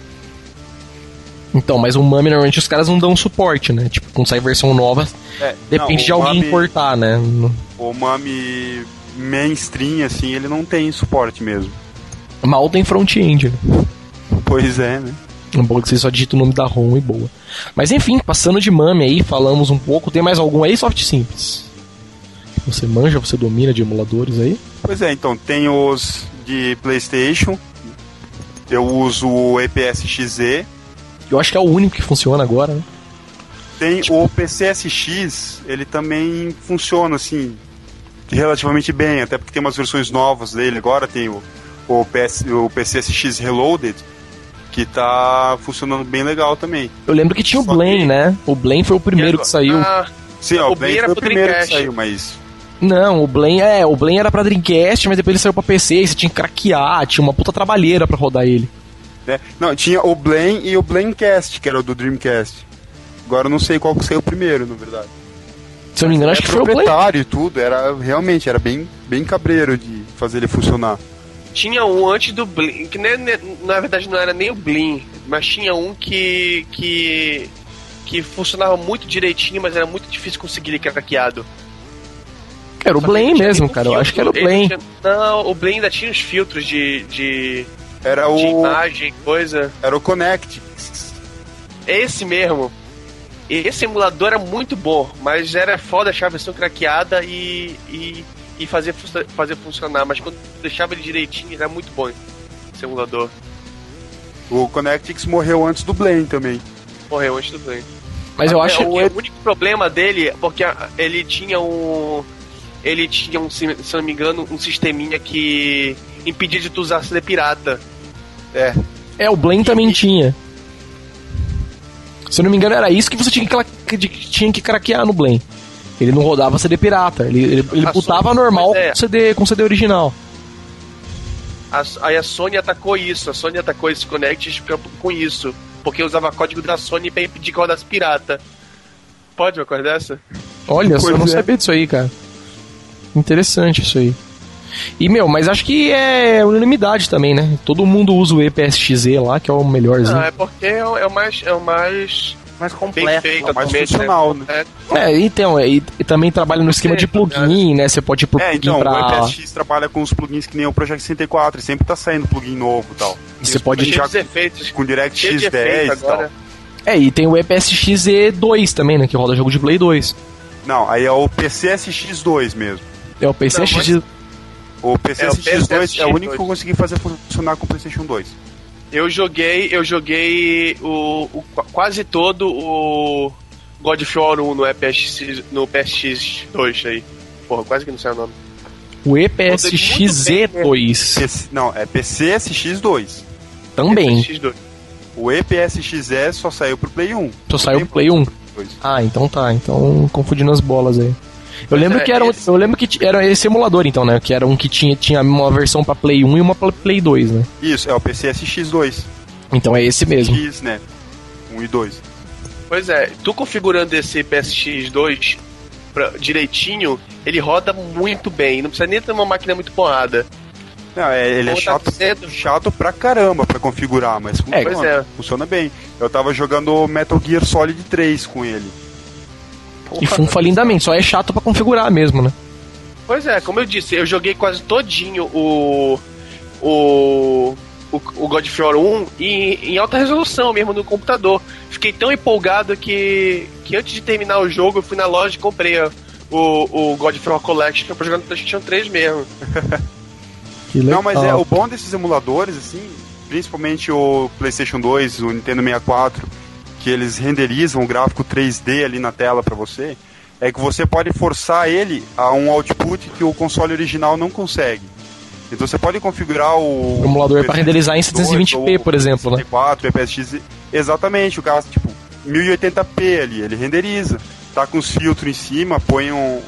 Então, mas o Mami normalmente os caras não dão suporte, né? Tipo, quando sai versão nova, é, depende não, de alguém Mami, importar, né? O Mami mainstream, assim, ele não tem suporte mesmo. Mal tem front-end, né? Pois é, né? Um bom que você só digita o nome da ROM e boa. Mas enfim, passando de Mami aí, falamos um pouco. Tem mais algum aí, Soft Simples? Você manja, você domina de emuladores aí? Pois é, então, tem os de PlayStation. Eu uso o E P S X Z. Eu acho que é o único que funciona agora, né? Tem tipo... o P C S X, ele também funciona, assim, relativamente bem, até porque tem umas versões novas dele. Agora tem o, o, P S, o P C S X Reloaded, que tá funcionando bem legal também. Eu lembro que tinha Só o Blaine, que... né? O Blaine foi o primeiro que saiu. Ah, Sim, ó, o Blaine foi o primeiro que saiu, mas... Não, o Blaine, é, o Blaine era pra Dreamcast, mas depois ele saiu pra P C, e você tinha que craquear, tinha uma puta trabalheira pra rodar ele. É, não, tinha o Blaine e o Blaincast, que era o do Dreamcast. Agora eu não sei qual que saiu primeiro, na verdade. Se eu não me engano, acho que foi o Blaine. Proprietário e tudo, era, realmente, era bem, bem cabreiro de fazer ele funcionar. Tinha um antes do Blin, que nem, na verdade não era nem o Blin, mas tinha um que, que que funcionava muito direitinho, mas era muito difícil conseguir ele craqueado. Era o Blaine mesmo, cara, filtro. Eu acho que era o Blaine. Tinha, não, o Blaine ainda tinha os filtros de, de, era de o, imagem, coisa. Era o Connect. Esse mesmo. Esse emulador era muito bom, mas era foda achar a versão craqueada e... e e fazer, fazer funcionar, mas quando deixava ele direitinho, era muito bom esse emulador. O Connectix morreu antes do Blaine também. Morreu antes do Blaine. Mas eu acho que o único problema dele, porque ele tinha um... Ele tinha, um, se não me engano, um sisteminha que impedia de tu usar C D pirata. É. É, o Blaine também e... tinha. Se eu não me engano, era isso que você tinha que, tinha que craquear no Blaine. Ele não rodava C D pirata, ele, ele, ele botava Sony, normal é. com, C D, com C D original. A, aí a Sony atacou isso, a Sony atacou esse Connect com isso, porque usava código da Sony pra impedir que rodasse pirata. Pode uma coisa dessa? Olha, eu não é. sabia disso aí, cara. Interessante isso aí. E, meu, mas acho que é unanimidade também, né? Todo mundo usa o E P S X Z lá, que é o melhorzinho. Não, é porque é o, é o mais... É o mais... mais completo, é mais funcional, né? É, então, é, e, e também trabalha no esquema de plugin, né? Você pode ir pro é, plugin então, pra... o E P S X trabalha com os plugins que nem o Project sessenta e quatro, e sempre tá saindo plugin novo e tal. E você pode já com DirectX dez e tal. É, e tem o E P S X Z dois também, né? Que roda jogo de Play dois. Não, aí é o P C S X dois mesmo. É o P C S X... Não, mas... O P C S X dois é, é o único que eu consegui fazer funcionar com o PlayStation dois. Eu joguei, eu joguei o, o quase todo o, God of War um no, E P S, no P S X dois aí. Porra, quase que não sai o nome. O E P S X Z dois. P C, não, é P C S X dois. Também. P S X dois. O E P S X E só saiu pro Play um. Só saiu pro Play um? Ah, então tá. Então confundindo as bolas aí. Eu lembro é, que era um, esse... eu lembro que era esse emulador então, né? Que era um que tinha, tinha uma versão pra Play um e uma pra Play dois, né? Isso, é o P C S X dois. Então é esse mesmo. X, né? um e dois. Pois é, tu configurando esse P S X dois pra, direitinho, ele roda muito bem. Não precisa nem ter uma máquina muito porrada. Não, é, ele é chato, chato pra caramba pra configurar, mas é, funciona, é. funciona bem. Eu tava jogando Metal Gear Solid três com ele. E funfa lindamente, só é chato pra configurar mesmo, né? Pois é, como eu disse, eu joguei quase todinho o o, o, o God of War um em, em alta resolução mesmo no computador. Fiquei tão empolgado que, que antes de terminar o jogo eu fui na loja e comprei o, o God of War Collection pra jogar no PlayStation três mesmo. Não, mas é o bom desses emuladores, assim, principalmente o PlayStation dois, o Nintendo sessenta e quatro, que eles renderizam o gráfico três D ali na tela pra você, é que você pode forçar ele a um output que o console original não consegue. Então você pode configurar o... O emulador para renderizar em setecentos e vinte p, por exemplo, né? sessenta e quatro, E P S X, exatamente, o caso, tipo, mil e oitenta p ali, ele renderiza. Tá com os filtros em cima, põe um...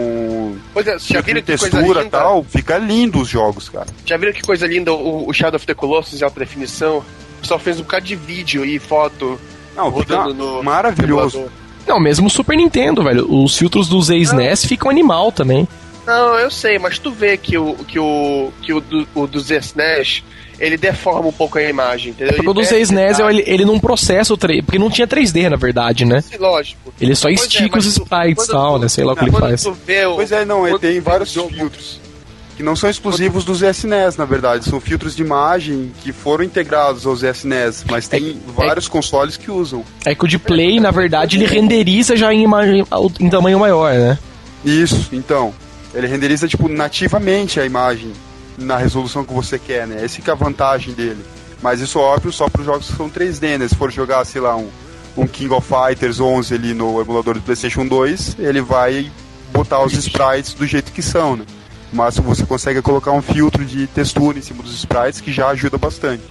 um pois é, já viram que textura e tal, fica lindo os jogos, cara. Já viram que coisa linda o, o Shadow of the Colossus em alta definição? O pessoal fez um bocado de vídeo e foto... Não, rodando no maravilhoso. Emulador. Não, mesmo o Super Nintendo, velho. Os filtros dos ex-N E S ficam animal também. Não, eu sei, mas tu vê que o que o que o, do, o dos ex-N E S ele deforma um pouco a imagem, entendeu? É porque o dos ex-N E S ele, ele não processa o três D, porque não tinha três D na verdade, né? Sim, lógico. Ele só estica é, os sprites e tal, né? Sei lá o que ele faz. O, pois é, não, ele tem vários filtros que não são exclusivos dos S N E S, na verdade. São filtros de imagem que foram integrados aos S N E S, mas tem é, vários é, consoles que usam. É que o de Play, na verdade, ele renderiza já em, imagem, em tamanho maior, né? Isso, então. Ele renderiza, tipo, nativamente a imagem na resolução que você quer, né? Essa que é a vantagem dele. Mas isso, óbvio, só para os jogos que são três D, né? Se for jogar, sei lá, um, um King of Fighters onze ali no emulador do PlayStation dois, ele vai botar os sprites do jeito que são, né? Mas você consegue colocar um filtro de textura em cima dos sprites que já ajuda bastante.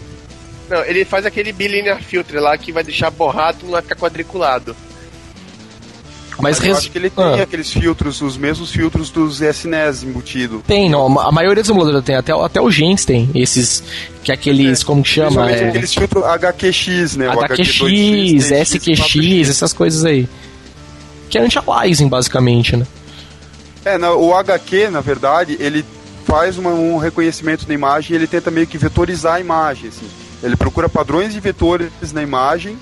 Não, ele faz aquele bilinear filter lá que vai deixar borrado e não vai ficar quadriculado. Mas, Mas res... eu acho que ele tem ah. aqueles filtros, os mesmos filtros dos S N E S embutido. Tem, não, a maioria dos emuladores tem, até, até o Gens tem, esses, que é aqueles, é. como que chama? É... aqueles filtros H Q X, né? H Q X, S Q X, essas coisas aí. Que é anti-aliasing, basicamente, né? É, não, o H Q, na verdade, ele faz uma, um reconhecimento da imagem e ele tenta meio que vetorizar a imagem, assim. Ele procura padrões de vetores na imagem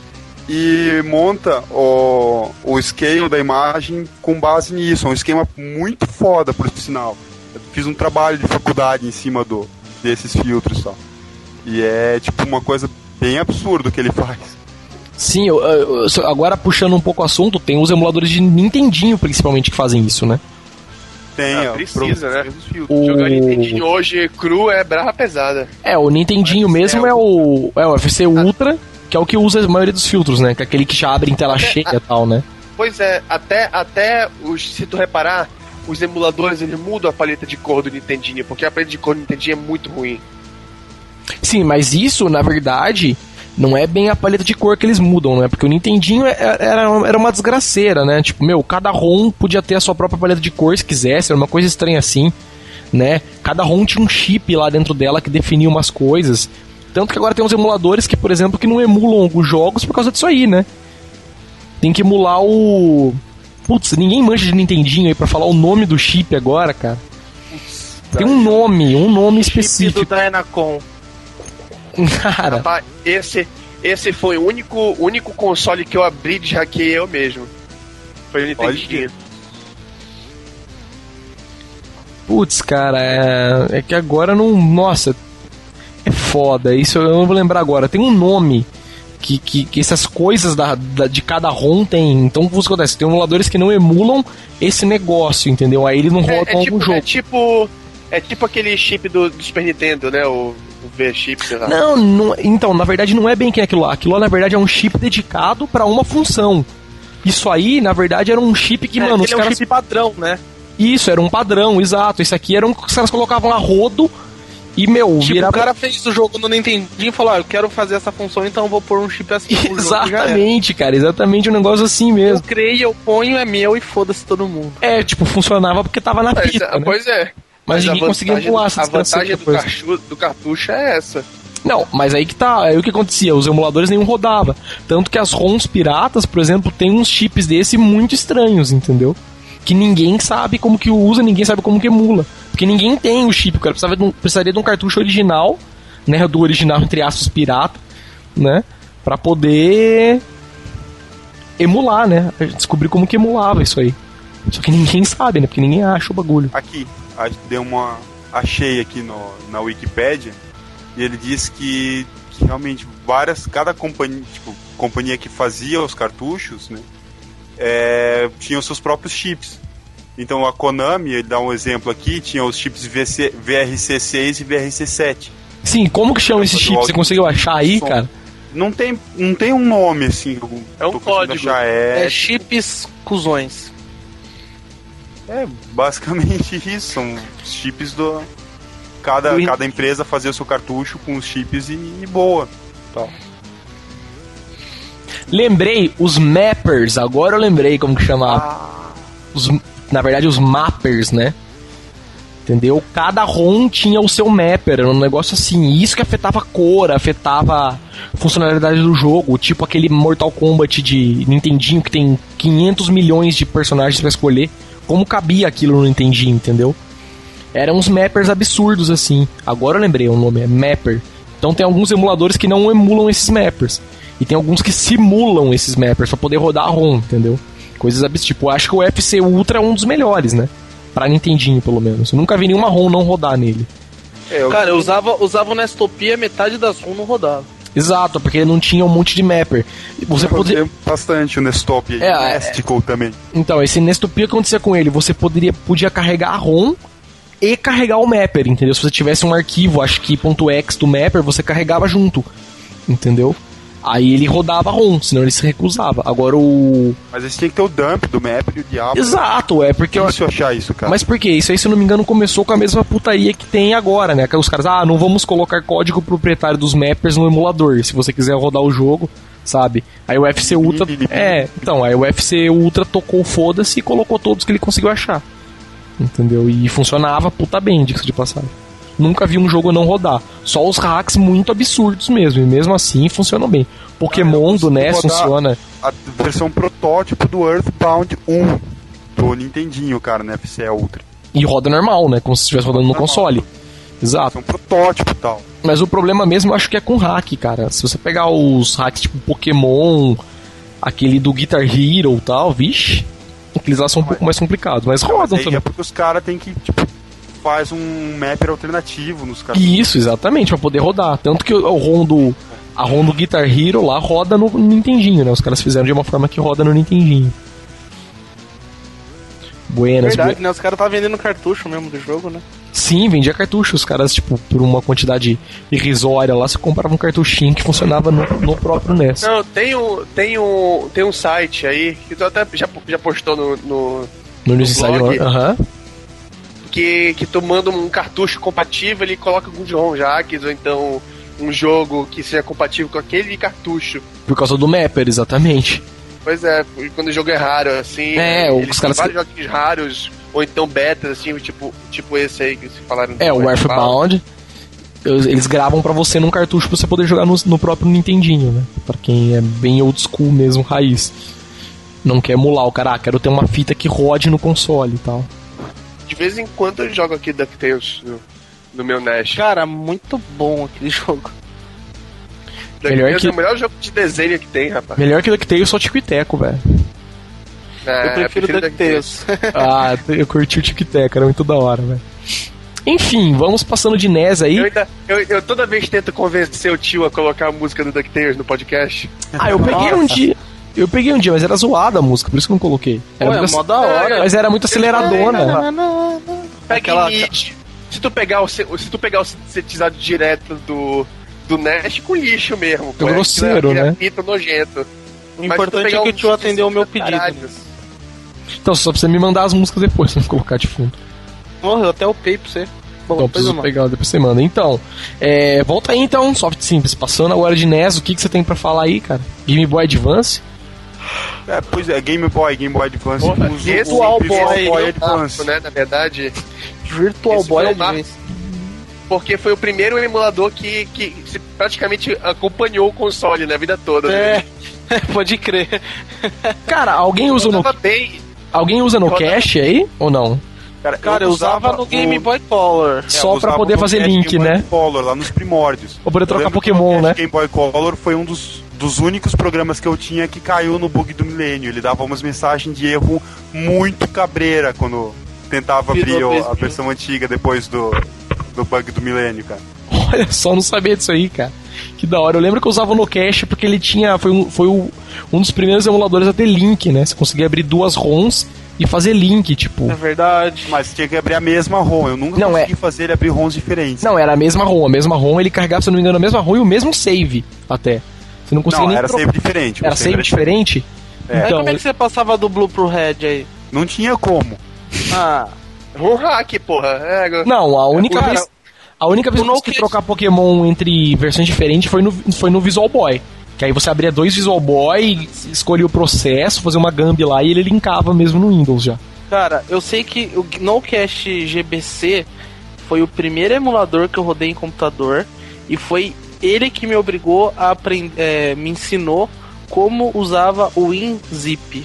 e monta o, o scale da imagem com base nisso. É um esquema muito foda, por sinal. Eu fiz um trabalho de faculdade em cima do, desses filtros só. E é tipo uma coisa bem absurda que ele faz. Sim, eu, eu, agora puxando um pouco o assunto, tem os emuladores de Nintendinho principalmente que fazem isso, né? Tem, ah, precisa, né? O... Jogar Nintendinho hoje cru é brava pesada. É, o Nintendinho é mesmo é o, é o F C Ultra, que é o que usa a maioria dos filtros, né? Que é aquele que já abre em tela até, cheia e tal, né? Pois é, até, até os, se tu reparar, os emuladores eles mudam a paleta de cor do Nintendinho, porque a paleta de cor do Nintendinho é muito ruim. Sim, mas isso, na verdade, não é bem a paleta de cor que eles mudam, né? Porque o Nintendinho era, era uma desgraceira, né? Tipo, meu, cada ROM podia ter a sua própria paleta de cor se quisesse, era uma coisa estranha assim, né? Cada ROM tinha um chip lá dentro dela que definia umas coisas. Tanto que agora tem uns emuladores que, por exemplo, que não emulam alguns jogos por causa disso aí, né? Tem que emular o... Putz, ninguém manja de Nintendinho aí pra falar o nome do chip agora, cara. Putz, tem um nome, um nome específico. Chip do Dynacon. Cara... Rapaz, esse, esse foi o único, único console que eu abri de hackeei eu mesmo. Foi o Nintendinho. Putz, cara, é... é que agora não... Nossa... É foda, isso eu não vou lembrar agora. Tem um nome que, que, que essas coisas da, da, de cada ROM tem. Então o que acontece? Tem emuladores que não emulam esse negócio, entendeu? Aí ele não roda é, é algum tipo, jogo. É tipo, é tipo aquele chip do, do Super Nintendo, né? O, o V-chip, sei lá. Não, não, então, na verdade não é bem que é aquilo lá. Aquilo lá, na verdade, é um chip dedicado para uma função. Isso aí, na verdade, era um chip que, é, mano, os é um caras... chip padrão, né? Isso, era um padrão, exato. Esse aqui era um que os caras colocavam a rodo e, meu, tipo, virava... o cara fez o jogo no Nintendinho e falou, ah, eu quero fazer essa função, então eu vou pôr um chip assim. Exatamente, cara, exatamente um negócio assim mesmo. Eu criei, eu ponho, é meu e foda-se todo mundo. É, tipo, funcionava porque tava na Mas, fita, né? Pois é. Mas, mas ninguém conseguia emular essa A vantagem do, carchu, do cartucho é essa. Não, mas aí que tá, aí o que acontecia, os emuladores nenhum rodava. Tanto que as ROMs piratas, por exemplo, tem uns chips desse muito estranhos, entendeu? Que ninguém sabe como que usa, ninguém sabe como que emula. Porque ninguém tem o chip, o cara precisava de um, precisaria de um cartucho original, né, do original entre aspas pirata, né, pra poder emular, né, descobrir como que emulava isso aí. Só que ninguém sabe, né, porque ninguém acha o bagulho. Aqui, deu uma... achei aqui no, na Wikipédia, e ele diz que, que realmente várias, cada companhia, tipo, companhia que fazia os cartuchos, né, é, tinha os seus próprios chips. Então a Konami, ele dá um exemplo aqui, tinha os chips V R C seis e V R C sete. Sim, como que chama esse chip? Você conseguiu achar aí, som. cara? Não tem, não tem um nome assim. É um código. Achar, é... é chips cuzões. É basicamente isso, são chips do... Cada, do... cada empresa fazia o seu cartucho com os chips e, e boa. Tal. Lembrei, os mappers, agora eu lembrei como que chamava. Ah. Os, na verdade, os mappers, né? Entendeu? Cada ROM tinha o seu mapper, era um negócio assim. Isso que afetava a cor, afetava a funcionalidade do jogo. Tipo aquele Mortal Kombat de Nintendinho que tem quinhentos milhões de personagens pra escolher. Como cabia aquilo no Nintendinho, entendeu? Eram uns mappers absurdos assim. Agora eu lembrei o nome, é mapper. Então tem alguns emuladores que não emulam esses mappers. E tem alguns que simulam esses mappers pra poder rodar a ROM, entendeu? Coisas absurdas. Tipo, eu acho que o U F C Ultra é um dos melhores, né? Pra Nintendinho, pelo menos. Eu nunca vi nenhuma ROM não rodar nele. É, eu... Cara, eu usava, usava o Nestopia, metade das ROM não rodava. Exato, porque ele não tinha um monte de mapper. Você poderia... bastante o Nestopia e é, o Nesticle é... também. Então, esse Nestopia, o que acontecia com ele? Você poderia, podia carregar a ROM e carregar o mapper, entendeu? Se você tivesse um arquivo, acho que .exe do mapper, você carregava junto, entendeu? Aí ele rodava a ROM, senão ele se recusava. Agora o... Mas esse tinha que ter o dump do mapper e o diabo. Exato, é porque... É difícil achar isso, cara. Mas por quê? Isso aí, se eu não me engano, começou com a mesma putaria que tem agora, né? Que os caras, ah, não vamos colocar código proprietário dos mappers no emulador, se você quiser rodar o jogo, sabe? Aí o U F C Ultra... É, então, aí o U F C Ultra tocou foda-se e colocou todos que ele conseguiu achar. Entendeu? E funcionava puta bem, disso de passagem. Nunca vi um jogo não rodar. Só os hacks muito absurdos mesmo. E mesmo assim funcionam bem. Pokémon ah, do N E S funciona. A versão protótipo do Earthbound um do Nintendinho, cara, no U F C Ultra. E roda normal, né? Como se estivesse rodando no console. Exato. É um protótipo e tal. Mas o problema mesmo eu acho que é com hack, cara. Se você pegar os hacks tipo Pokémon, aquele do Guitar Hero e tal, vixe, aqueles lá são um pouco mais complicados. Mas rodam também. É porque os caras têm que, tipo, faz um mapper alternativo nos caras. Isso, exatamente, pra poder rodar. Tanto que o ROM do, a ROM do Guitar Hero lá roda no Nintendinho, né? Os caras fizeram de uma forma que roda no Nintendinho. Buenas, Verdade, bu... né? Os caras tá vendendo cartucho mesmo do jogo, né? Sim, vendia cartucho. Os caras, tipo, por uma quantidade irrisória lá, você comprava um cartuchinho que funcionava no, no próprio N E S. Não, tem um, tem um, tem um site aí, que tu até já, já postou no... No, no News Inside, aham. Que, que tu manda um cartucho compatível e coloca alguns ROM hacks, ou então um jogo que seja compatível com aquele cartucho. Por causa do mapper, exatamente. Pois é, quando o jogo é raro, assim, é, eles os caras tem vários joguinhos raros, ou então betas, assim, tipo, tipo esse aí que se falaram. É, o Earthbound, eles gravam pra você num cartucho pra você poder jogar no, no próprio Nintendinho, né? Pra quem é bem old school mesmo, raiz. Não quer emular o cara, ah, quero ter uma fita que rode no console e tal. De vez em quando eu jogo aqui DuckTales no, no meu N E S. Cara, muito bom aquele jogo. Melhor que... é o melhor jogo de desenho que tem, rapaz. Melhor que DuckTales, só Tico e Teco, velho. É, eu prefiro, prefiro DuckTales. Ah, eu curti o Tico e Teco, era muito da hora, velho. Enfim, vamos passando de N E S aí. Eu, ainda, eu, eu toda vez tento convencer o tio a colocar a música do DuckTales no podcast. Ah, eu peguei Nossa. um dia... Eu peguei um dia, mas era zoada a música, por isso que eu não coloquei. Era Pô, muito é mó da hora. Mas era muito aceleradona. Pega Aquela... Limite. Se tu pegar o, se tu pegar o sintetizado direto do, do N E S com lixo mesmo. É grosseiro, né? Fita nojento. O importante é que o tio atendeu o meu pedido. Então, só pra você me mandar as músicas depois, pra colocar de fundo. Morreu, até o pay pra você. Bom, então, preciso pegar, depois você manda. Então, é, volta aí então, Soft Simples. Passando agora de N E S, o que, que você tem pra falar aí, cara? Game Boy Advance? É, pois é, Game Boy, Game Boy Advance. Porra, Virtual Boy, Boy Advance, né, na verdade. Virtual Esse Boy Advance. Porque foi o primeiro emulador que, que praticamente acompanhou o console na vida toda. É, né? Pode crer. Cara, alguém usa no... Bem... Alguém usa no cache aí, ou não? Cara, Cara eu, eu usava, usava no Game Boy Color. Só é, pra poder fazer link, Game né? Boy Color, lá nos primórdios. Pra poder trocar Pokémon, né? O Game Boy Color foi um dos, dos únicos programas que eu tinha que caiu no bug do milênio. Ele dava umas mensagens de erro muito cabreira quando tentava abrir a versão antiga depois do, do bug do milênio, cara. Olha só, não sabia disso aí, cara. Que da hora. Eu lembro que eu usava no cache porque ele tinha... Foi, um, foi o, um dos primeiros emuladores a ter link, né? Você conseguia abrir duas ROMs e fazer link, tipo... É verdade. Mas tinha que abrir a mesma ROM. Eu nunca não, consegui é... fazer ele abrir ROMs diferentes. Não, era a mesma ROM. A mesma ROM, ele carregava, se não me engano, a mesma ROM e o mesmo save, até. Você não conseguia não, nem... era tro... save diferente. Era save, save diferente? É. Então, como é que você passava do Blue pro Red aí? Não tinha como. Ah... Um hack, porra. É, não, a única cara, vez... A única vez que eu consegui trocar Pokémon entre versões diferentes foi no, foi no Visual Boy. Que aí você abria dois Visual Boy, escolhia o processo, fazia uma gambi lá e ele linkava mesmo no Windows já. Cara, eu sei que o NoCache G B C foi o primeiro emulador que eu rodei em computador e foi ele que me obrigou a aprender, é, me ensinou como usava o WinZip.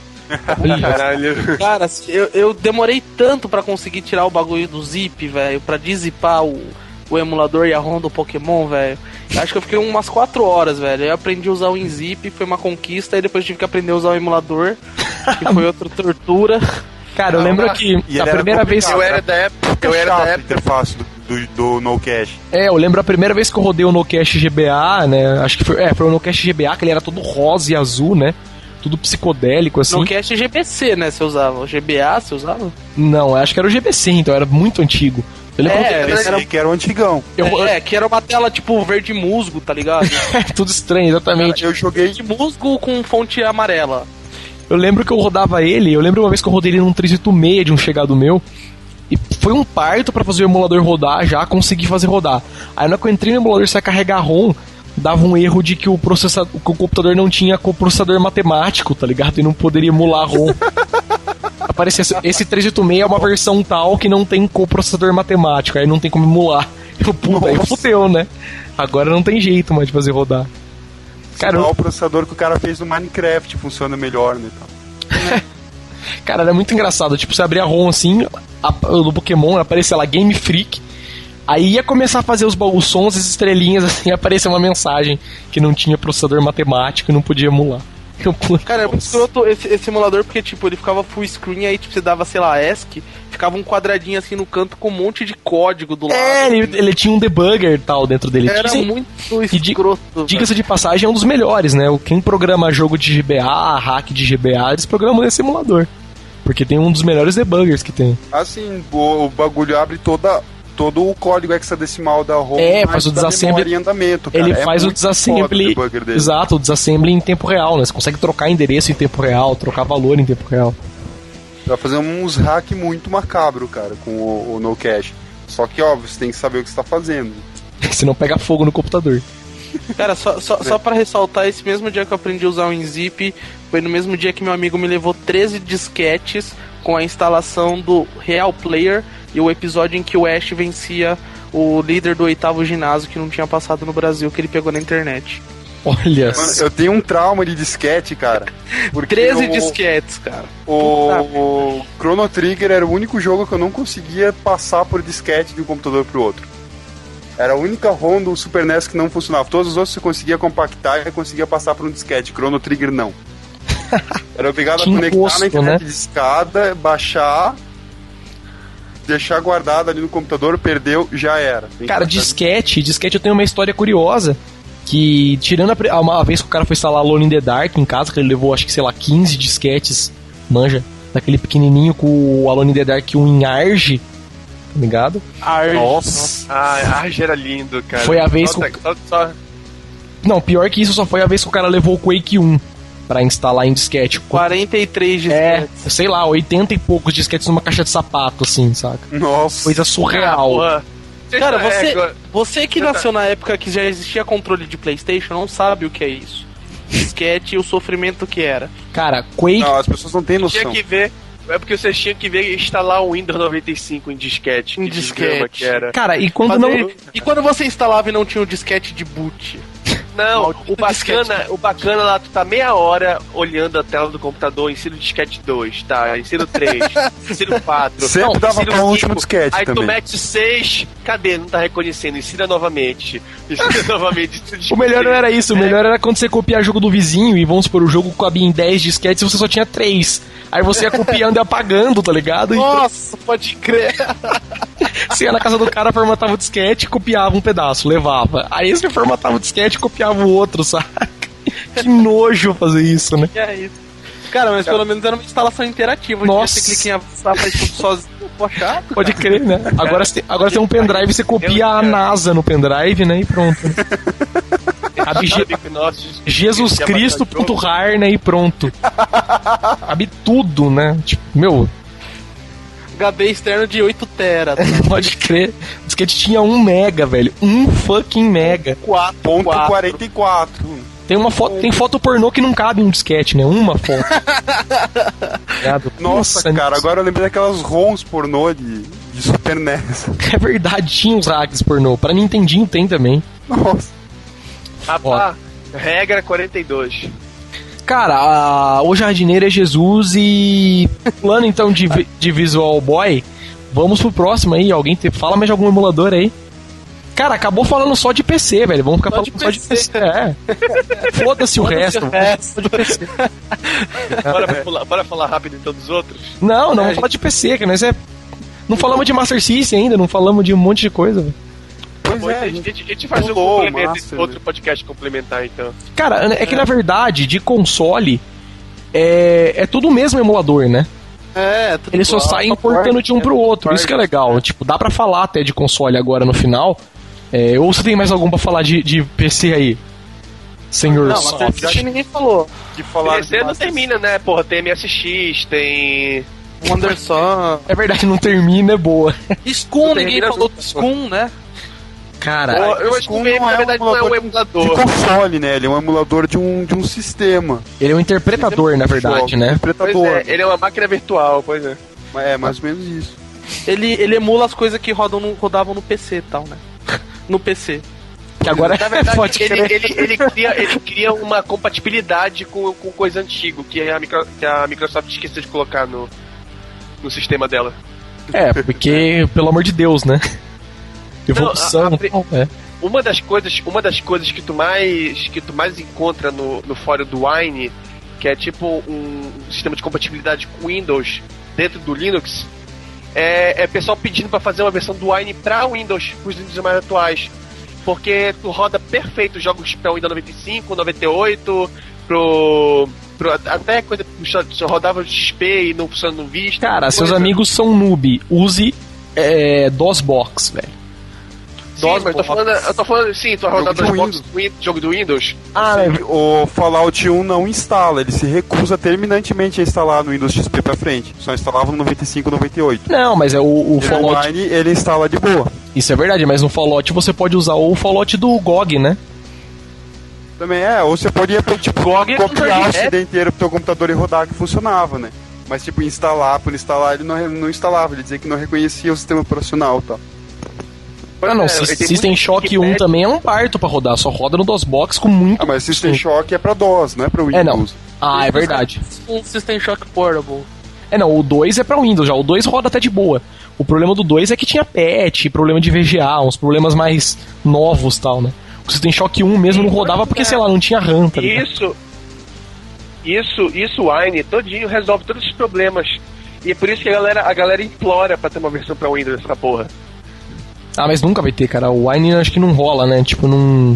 Caralho. Cara, eu, eu demorei tanto pra conseguir tirar o bagulho do zip, velho, pra dizipar o, o emulador e a ROM do Pokémon, velho. Acho que eu fiquei umas quatro horas, velho. Eu aprendi a usar o WinZip, foi uma conquista, e depois tive que aprender a usar o emulador, que foi outra tortura. Cara, eu ah, lembro que a primeira vez... Eu era da época, eu era da época interface do, do, do NoCache. É, eu lembro a primeira vez que eu rodei o NoCache G B A, né, acho que foi, é, foi o NoCache G B A, que ele era todo rosa e azul, né. Tudo psicodélico, assim. No cache G B C, né, você usava? O G B A você usava? Não, acho que era o G B C, então era muito antigo. Eu lembro é, que era... que era o antigão. Eu... É, que era uma tela tipo verde musgo, tá ligado? Tudo estranho, exatamente. Eu joguei de musgo com fonte amarela. Eu lembro que eu rodava ele, eu lembro uma vez que eu rodei ele num três oito seis de um chegado meu. E foi um parto pra fazer o emulador rodar, já consegui fazer rodar. Aí na hora que eu entrei no emulador, você ia carregar a ROM, dava um erro de que o processador, que o computador não tinha coprocessador matemático, tá ligado? E não poderia emular a ROM. Aparecia, esse três oito seis é uma versão tal que não tem coprocessador matemático, aí não tem como emular. Eu, puta, aí fudeu, né? Agora não tem jeito mais de fazer rodar. Cara, o processador que o cara fez no Minecraft funciona melhor, né? Então. Cara, era muito engraçado. Tipo, você abria a ROM assim, a, do Pokémon, aparecia lá Game Freak. Aí ia começar a fazer os, os sons, as estrelinhas, assim, aparecia uma mensagem que não tinha processador matemático e não podia emular. Eu, cara, é muito escroto esse, esse emulador, porque, tipo, ele ficava full screen, aí, tipo, você dava, sei lá, ESC, ficava um quadradinho, assim, no canto com um monte de código do lado. É, ele, ele tinha um debugger e tal dentro dele. Era Sim. muito escroto. Diga-se de passagem, é um dos melhores, né? Quem programa jogo de G B A, hack de G B A, eles programam nesse emulador. Porque tem um dos melhores debuggers que tem. Assim, o, o bagulho abre toda... todo o código hexadecimal da ROM. É, faz o desassembly em andamento, cara. Ele é faz o desassembly. Exato, o desassembly em tempo real, né? Você consegue trocar endereço em tempo real, trocar valor em tempo real. Vai fazer uns hack muito macabro, cara, com o, o NoCache. Só que, óbvio, você tem que saber o que você tá fazendo. Senão pega fogo no computador. Cara, só, só, só pra ressaltar, esse mesmo dia que eu aprendi a usar o WinZip, foi no mesmo dia que meu amigo me levou treze disquetes com a instalação do Real Player e o episódio em que o Ash vencia o líder do oitavo ginásio que não tinha passado no Brasil, que ele pegou na internet. Olha, mano, eu tenho um trauma de disquete, cara. treze disquetes, cara. O, o Chrono Trigger era o único jogo que eu não conseguia passar por disquete de um computador pro outro. Era a única ROM do Super N E S que não funcionava. Todos os outros você conseguia compactar e conseguia passar por um disquete. Chrono Trigger não. Era obrigado a conectar gosto, na internet, né? De escada, baixar, deixar guardado ali no computador, perdeu, já era. Tem cara, disquete, disquete eu tenho uma história curiosa. Que, tirando a, uma vez que o cara foi instalar Alone in the Dark em casa, que ele levou, acho que, sei lá, quinze disquetes, manja, daquele pequenininho com o Alone in the Dark um em Arge, tá ligado? Arge. Nossa. Ah, Arge era lindo, cara. Foi a vez Nossa, que... só, só... Não, pior que isso, só foi a vez que o cara levou o Quake um. pra instalar em disquete. quarenta e três É, disquetes. sei lá, oitenta e poucos disquetes numa caixa de sapato, assim, saca? Nossa. Coisa surreal. Ah, Cara, Vocês- você, é, agora- você que nasceu na época que já existia controle de PlayStation não sabe o que é isso. Disquete e o sofrimento que era. Cara, Quake... Não, as pessoas não têm noção. Tinha que ver. É porque vocês tinham que ver instalar o Windows noventa e cinco em disquete. Em que desgrama disquete. que era. Cara, e quando Fazer- não... E quando você instalava e não tinha o disquete de boot? Não, Maldito o bacana, disquete. o bacana lá, tu tá meia hora olhando a tela do computador, ensino disquete dois, tá? Ensino três, ensino quatro. Sempre não, dava ensino pra um cinco, último disquete aí também. tu mete seis, cadê? Não tá reconhecendo, ensina novamente. Ensina novamente. ensina O melhor não era isso, o É. melhor era quando você copiar jogo do vizinho e vamos supor, o jogo cabia em dez disquetes e você só tinha três. Aí você ia copiando e apagando, tá ligado? E Nossa, pode crer. você ia na casa do cara, formatava o disquete, copiava um pedaço, levava. Aí você formatava o disquete e copiava o outro, saca? Que nojo fazer isso, né? Que é isso. Cara, mas pelo menos era uma instalação interativa. Nossa. Você clica em avançar, faz tudo sozinho. Pô, chato, Pode cara. crer, né? Agora você tem, agora você tem um pendrive, você copia a NASA no pendrive, né? E pronto. Né? Cabe Je- Sabe que nós- Jesus que Cristo, abaixar ponto jogo. rar, né? E pronto. Cabe tudo, né? Tipo, meu, H D externo de oito tera. pode crer. O disquete tinha um mega, velho. Um fucking mega. quatro, Ponto quatro. quarenta e quatro. Tem uma foto, tem foto pornô que não cabe em um disquete, né? Uma foto. Ligado? Nossa, cara, agora eu lembrei daquelas ROMs pornô de, de Super N E S. É verdade, tinha os hacks pornô. Pra Nintendinho tem também. Nossa. Rapaz, regra quarenta e dois. Cara, a... o jardineiro é Jesus e... Plano então de, vi- de Visual Boy, vamos pro próximo aí. Alguém te... fala mais de algum emulador aí. Cara, acabou falando só de P C, velho. Vamos ficar Só falando de só de P C. P C. É. Foda-se o Foda-se resto. o resto. Só de P C. Bora, falar, bora falar rápido então dos outros? Não, não, É, vamos falar de P C, que nós é... Não falamos de Master System ainda, não falamos de um monte de coisa, velho. Pois Bom, é, a, gente, a gente faz um pulou o complemento, Master, outro né? podcast complementar então. Cara, é que na verdade, de console, é, é tudo o mesmo emulador, né? É, tudo Ele só igual, sai só importando porta, de um pro outro, isso que é legal. Tipo, dá pra falar até de console agora no final. É, ou você tem mais algum pra falar de, de P C aí? Senhor Não, mas Soft. acho que ninguém falou. de falar P C não termina, né? Porra, tem M S X, tem. Wonderson. É verdade, não termina, é boa. Scum, ninguém termina falou nunca. do Scum, né? Cara, Pô, eu acho que Scum o game, não na é um verdade, não é um de emulador. console, né? Ele é um emulador de um, de um sistema. ele é um interpretador, na verdade, Jogo, né? Pois Interpretador. é, ele é uma máquina virtual, pois é. É, mais ou menos isso. Ele, ele emula as coisas que rodam no, rodavam no P C e tal, né? No P C. Que agora Na verdade, pode ele, crer. ele, ele, cria, ele cria uma compatibilidade com, com coisa antiga, que a, micro, que a Microsoft esqueceu de colocar no, no sistema dela. É, porque, pelo amor de Deus, né? Evolução. Não, a- a- tal, é. Uma das coisas, uma das coisas que tu mais que tu mais encontra no, no fórum do Wine, que é tipo um sistema de compatibilidade com Windows dentro do Linux, é, é pessoal pedindo para fazer uma versão do Wine para Windows, os Windows mais atuais. Porque tu roda perfeito jogos para Windows noventa e cinco, noventa e oito, pro, pro até coisa que só rodava o X P e não funciona no Vista. Cara, seus coisa. amigos são noob. Use é, DOSBox, velho. Sim, mas eu tô falando, eu tô falando, sim, tu vai rodar Jogo dois de boxes do Win- jogo do Windows. Ah, Sim, o Fallout um não instala, ele se recusa terminantemente a instalar no Windows X P pra frente. Só instalava no noventa e cinco, noventa e oito. não, mas é o, o O Fallout. Online ele instala de boa. Isso é verdade, mas no Fallout você pode usar o Fallout do G O G, né? Também é, ou você podia tipo, G O G é copiar o controle C D inteiro pro teu computador e rodar que funcionava, né? Mas tipo, instalar, por instalar, ele não, não instalava, ele dizia que não reconhecia o sistema operacional e tal. Ah, não, É, Sys- tem System muito Shock que um pede- também é um parto pra rodar, só roda no DOSBox com muito. Ah, mas System Shock é pra DOS, não é pra Windows. É, não. Ah, é verdade. Um System Shock Portable. É, não, o dois é pra Windows já, o dois roda até de boa. O problema do dois é que tinha patch, problema de V G A, uns problemas mais novos e tal, né? O System Shock um mesmo não rodava porque, sei lá, não tinha RAM, tá ligado? Isso, isso, isso, o Wine todinho resolve todos os problemas. E é por isso que a galera, a galera implora pra ter uma versão pra Windows dessa porra. Ah, mas nunca vai ter, cara. O Wine acho que não rola, né? Tipo, não.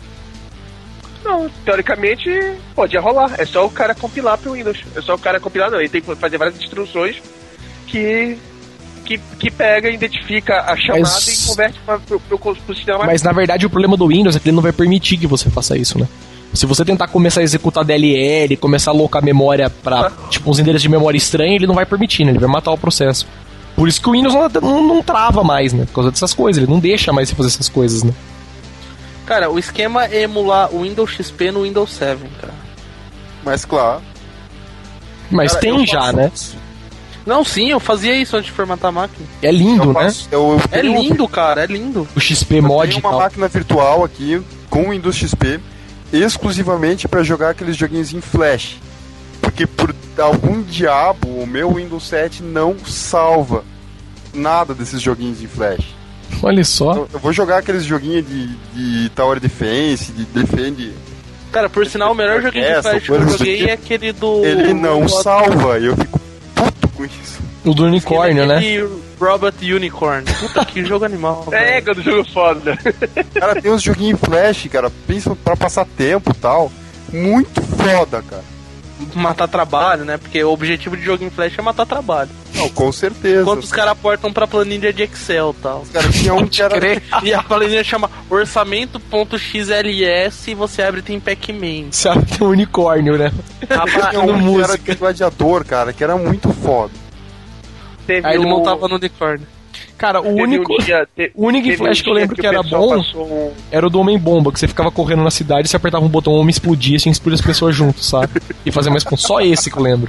Não, teoricamente pode rolar. É só o cara compilar pro Windows. É só o cara compilar, não. Ele tem que fazer várias instruções que que, que pega, identifica a chamada Mas- e converte pra, pro, pro, pro sistema mais. Mas na verdade o problema do Windows é que ele não vai permitir que você faça isso, né? Se você tentar começar a executar D L L, começar a alocar memória pra, tipo, uns endereços de memória estranhos, ele não vai permitir, né? Ele vai matar o processo. Por isso que o Windows não, não, não trava mais, né? Por causa dessas coisas, ele não deixa mais você fazer essas coisas, né? Cara, o esquema é emular o Windows X P no Windows sete, cara. Mas claro. Mas Cara, tem já, né? Não, sim, eu fazia isso antes de formatar a máquina. É lindo, Eu né? faço- eu- eu É tenho- lindo, cara, é lindo. O X P Eu mod tenho e uma tal. máquina virtual aqui com o Windows X P exclusivamente para jogar aqueles joguinhos em flash. Porque por algum diabo o meu Windows sete não salva nada desses joguinhos em flash. Olha só. Então, eu vou jogar aqueles joguinhos de, de Tower Defense, de Defend. Cara, por sinal, o melhor joguinho de Essa, flash que eu coisa joguei aqui. é aquele do... Ele não do- salva e eu fico puto com isso. O do unicórnio, né? aquele Robot Unicorn. Puta, que jogo animal. É, velho. quando o jogo foda. Cara, tem uns joguinhos em flash, cara, pensa pra passar tempo e tal. Muito foda, cara. Matar trabalho, né? Porque o objetivo de jogo em flash é matar trabalho. Não, com certeza. Enquanto os caras aportam pra planilha de Excel e tal. Cara, tinha um que era... E a planilha chama orçamento.xls e você abre e tem Pac-Man. Sabe, tem um unicórnio, né? Rapaz, Tinha um que era música. de gladiador, cara, que era muito foda. Teve Aí ele um- montava no unicórnio. Cara, o teve único, um dia- te- o único teve flash um que eu dia lembro que o era pessoal bom passou um- era o do Homem-Bomba, que você ficava correndo na cidade e você apertava um botão, o homem explodia, assim, explodia as pessoas juntos, sabe? E fazia mais pontos. Só esse que eu lembro.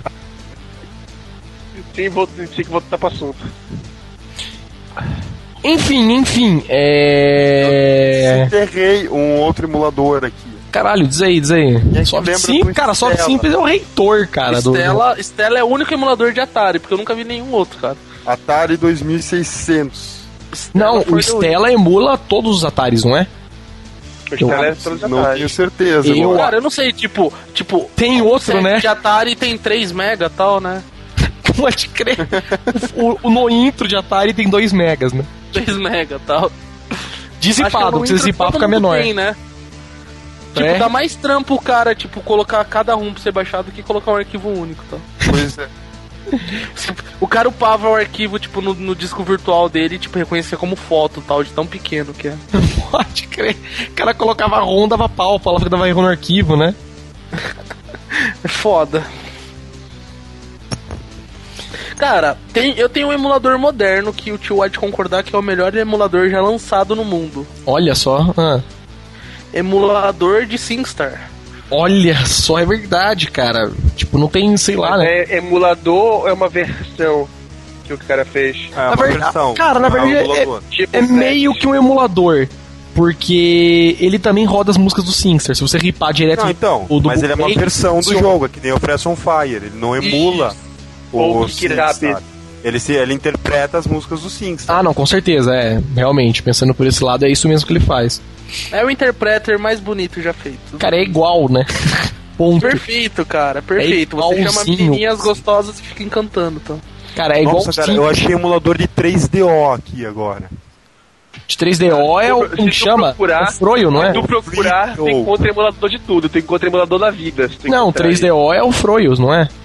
Sim, vou, tinha que voltar pro assunto. Enfim, enfim, é... Enterrei um outro emulador aqui. Caralho, diz aí, diz aí. aí Soft lembra Sim, do cara, Soft Stella? Simples é o reitor, cara. do- Stella, Stella é o único emulador de Atari, porque eu nunca vi nenhum outro, cara. Atari dois mil e seiscentos. Não, foi o Stella emula todos os Ataris, não é? Os Eu- teles todos Não atrás. tenho certeza. Eu- agora. Cara, eu não sei, tipo, tipo Tem outro, set né? de Atari tem três mega e tal, né? Pode crer. o, o no intro de Atari tem dois megas, né? três mega e tal. Dissipado, Acho se que no zipar intro fica todo mundo menor. Tem, né? Tipo, É? dá mais trampo o cara, tipo, colocar cada ROM pra ser baixado do que colocar um arquivo único, tá? Pois é. O cara upava o arquivo, tipo, no, no disco virtual dele e, tipo, reconhecia como foto, tal, de tão pequeno que é. Pode crer. O cara colocava ROM, dava pau, falava que dava erro no arquivo, né? É foda. Cara, tem, eu tenho um emulador moderno que o tio há de concordar que é o melhor emulador já lançado no mundo. Olha só. ah. Emulador de SingStar. Olha só, é verdade, cara. Tipo, não tem, sei lá, né? É emulador ou é uma versão que o cara fez? É Na uma verdade- versão. cara, na não é um verdade, emulador. Tipo É sete. meio que um emulador. Porque ele também roda as músicas do SingStar. Se você ripar direto Não, então, o do mas ele é uma Bootleg, versão do funciona. jogo, é que nem o Fresh on Fire. Ele não emula Ou o o Kick It Up. SingStar. Ele, se, ele interpreta as músicas do SingStar. Ah, não, com certeza, é. Realmente, pensando por esse lado, é isso mesmo que ele faz. É o interpreter mais bonito já feito. Cara, é igual, né? Ponto. Perfeito, cara, perfeito. Você chama igualzinho. menininhas gostosas e fica encantando, então. Cara, é igual Nossa, cara, eu achei emulador de três D O aqui agora. de três D O é o Se como tu chama? procurar, É o Froio, não é? Se tu procurar, Free tu Show. encontra emulador de tudo. Tu encontra emulador da vida. se tu Não, encontrar três D O é o Froios, não é?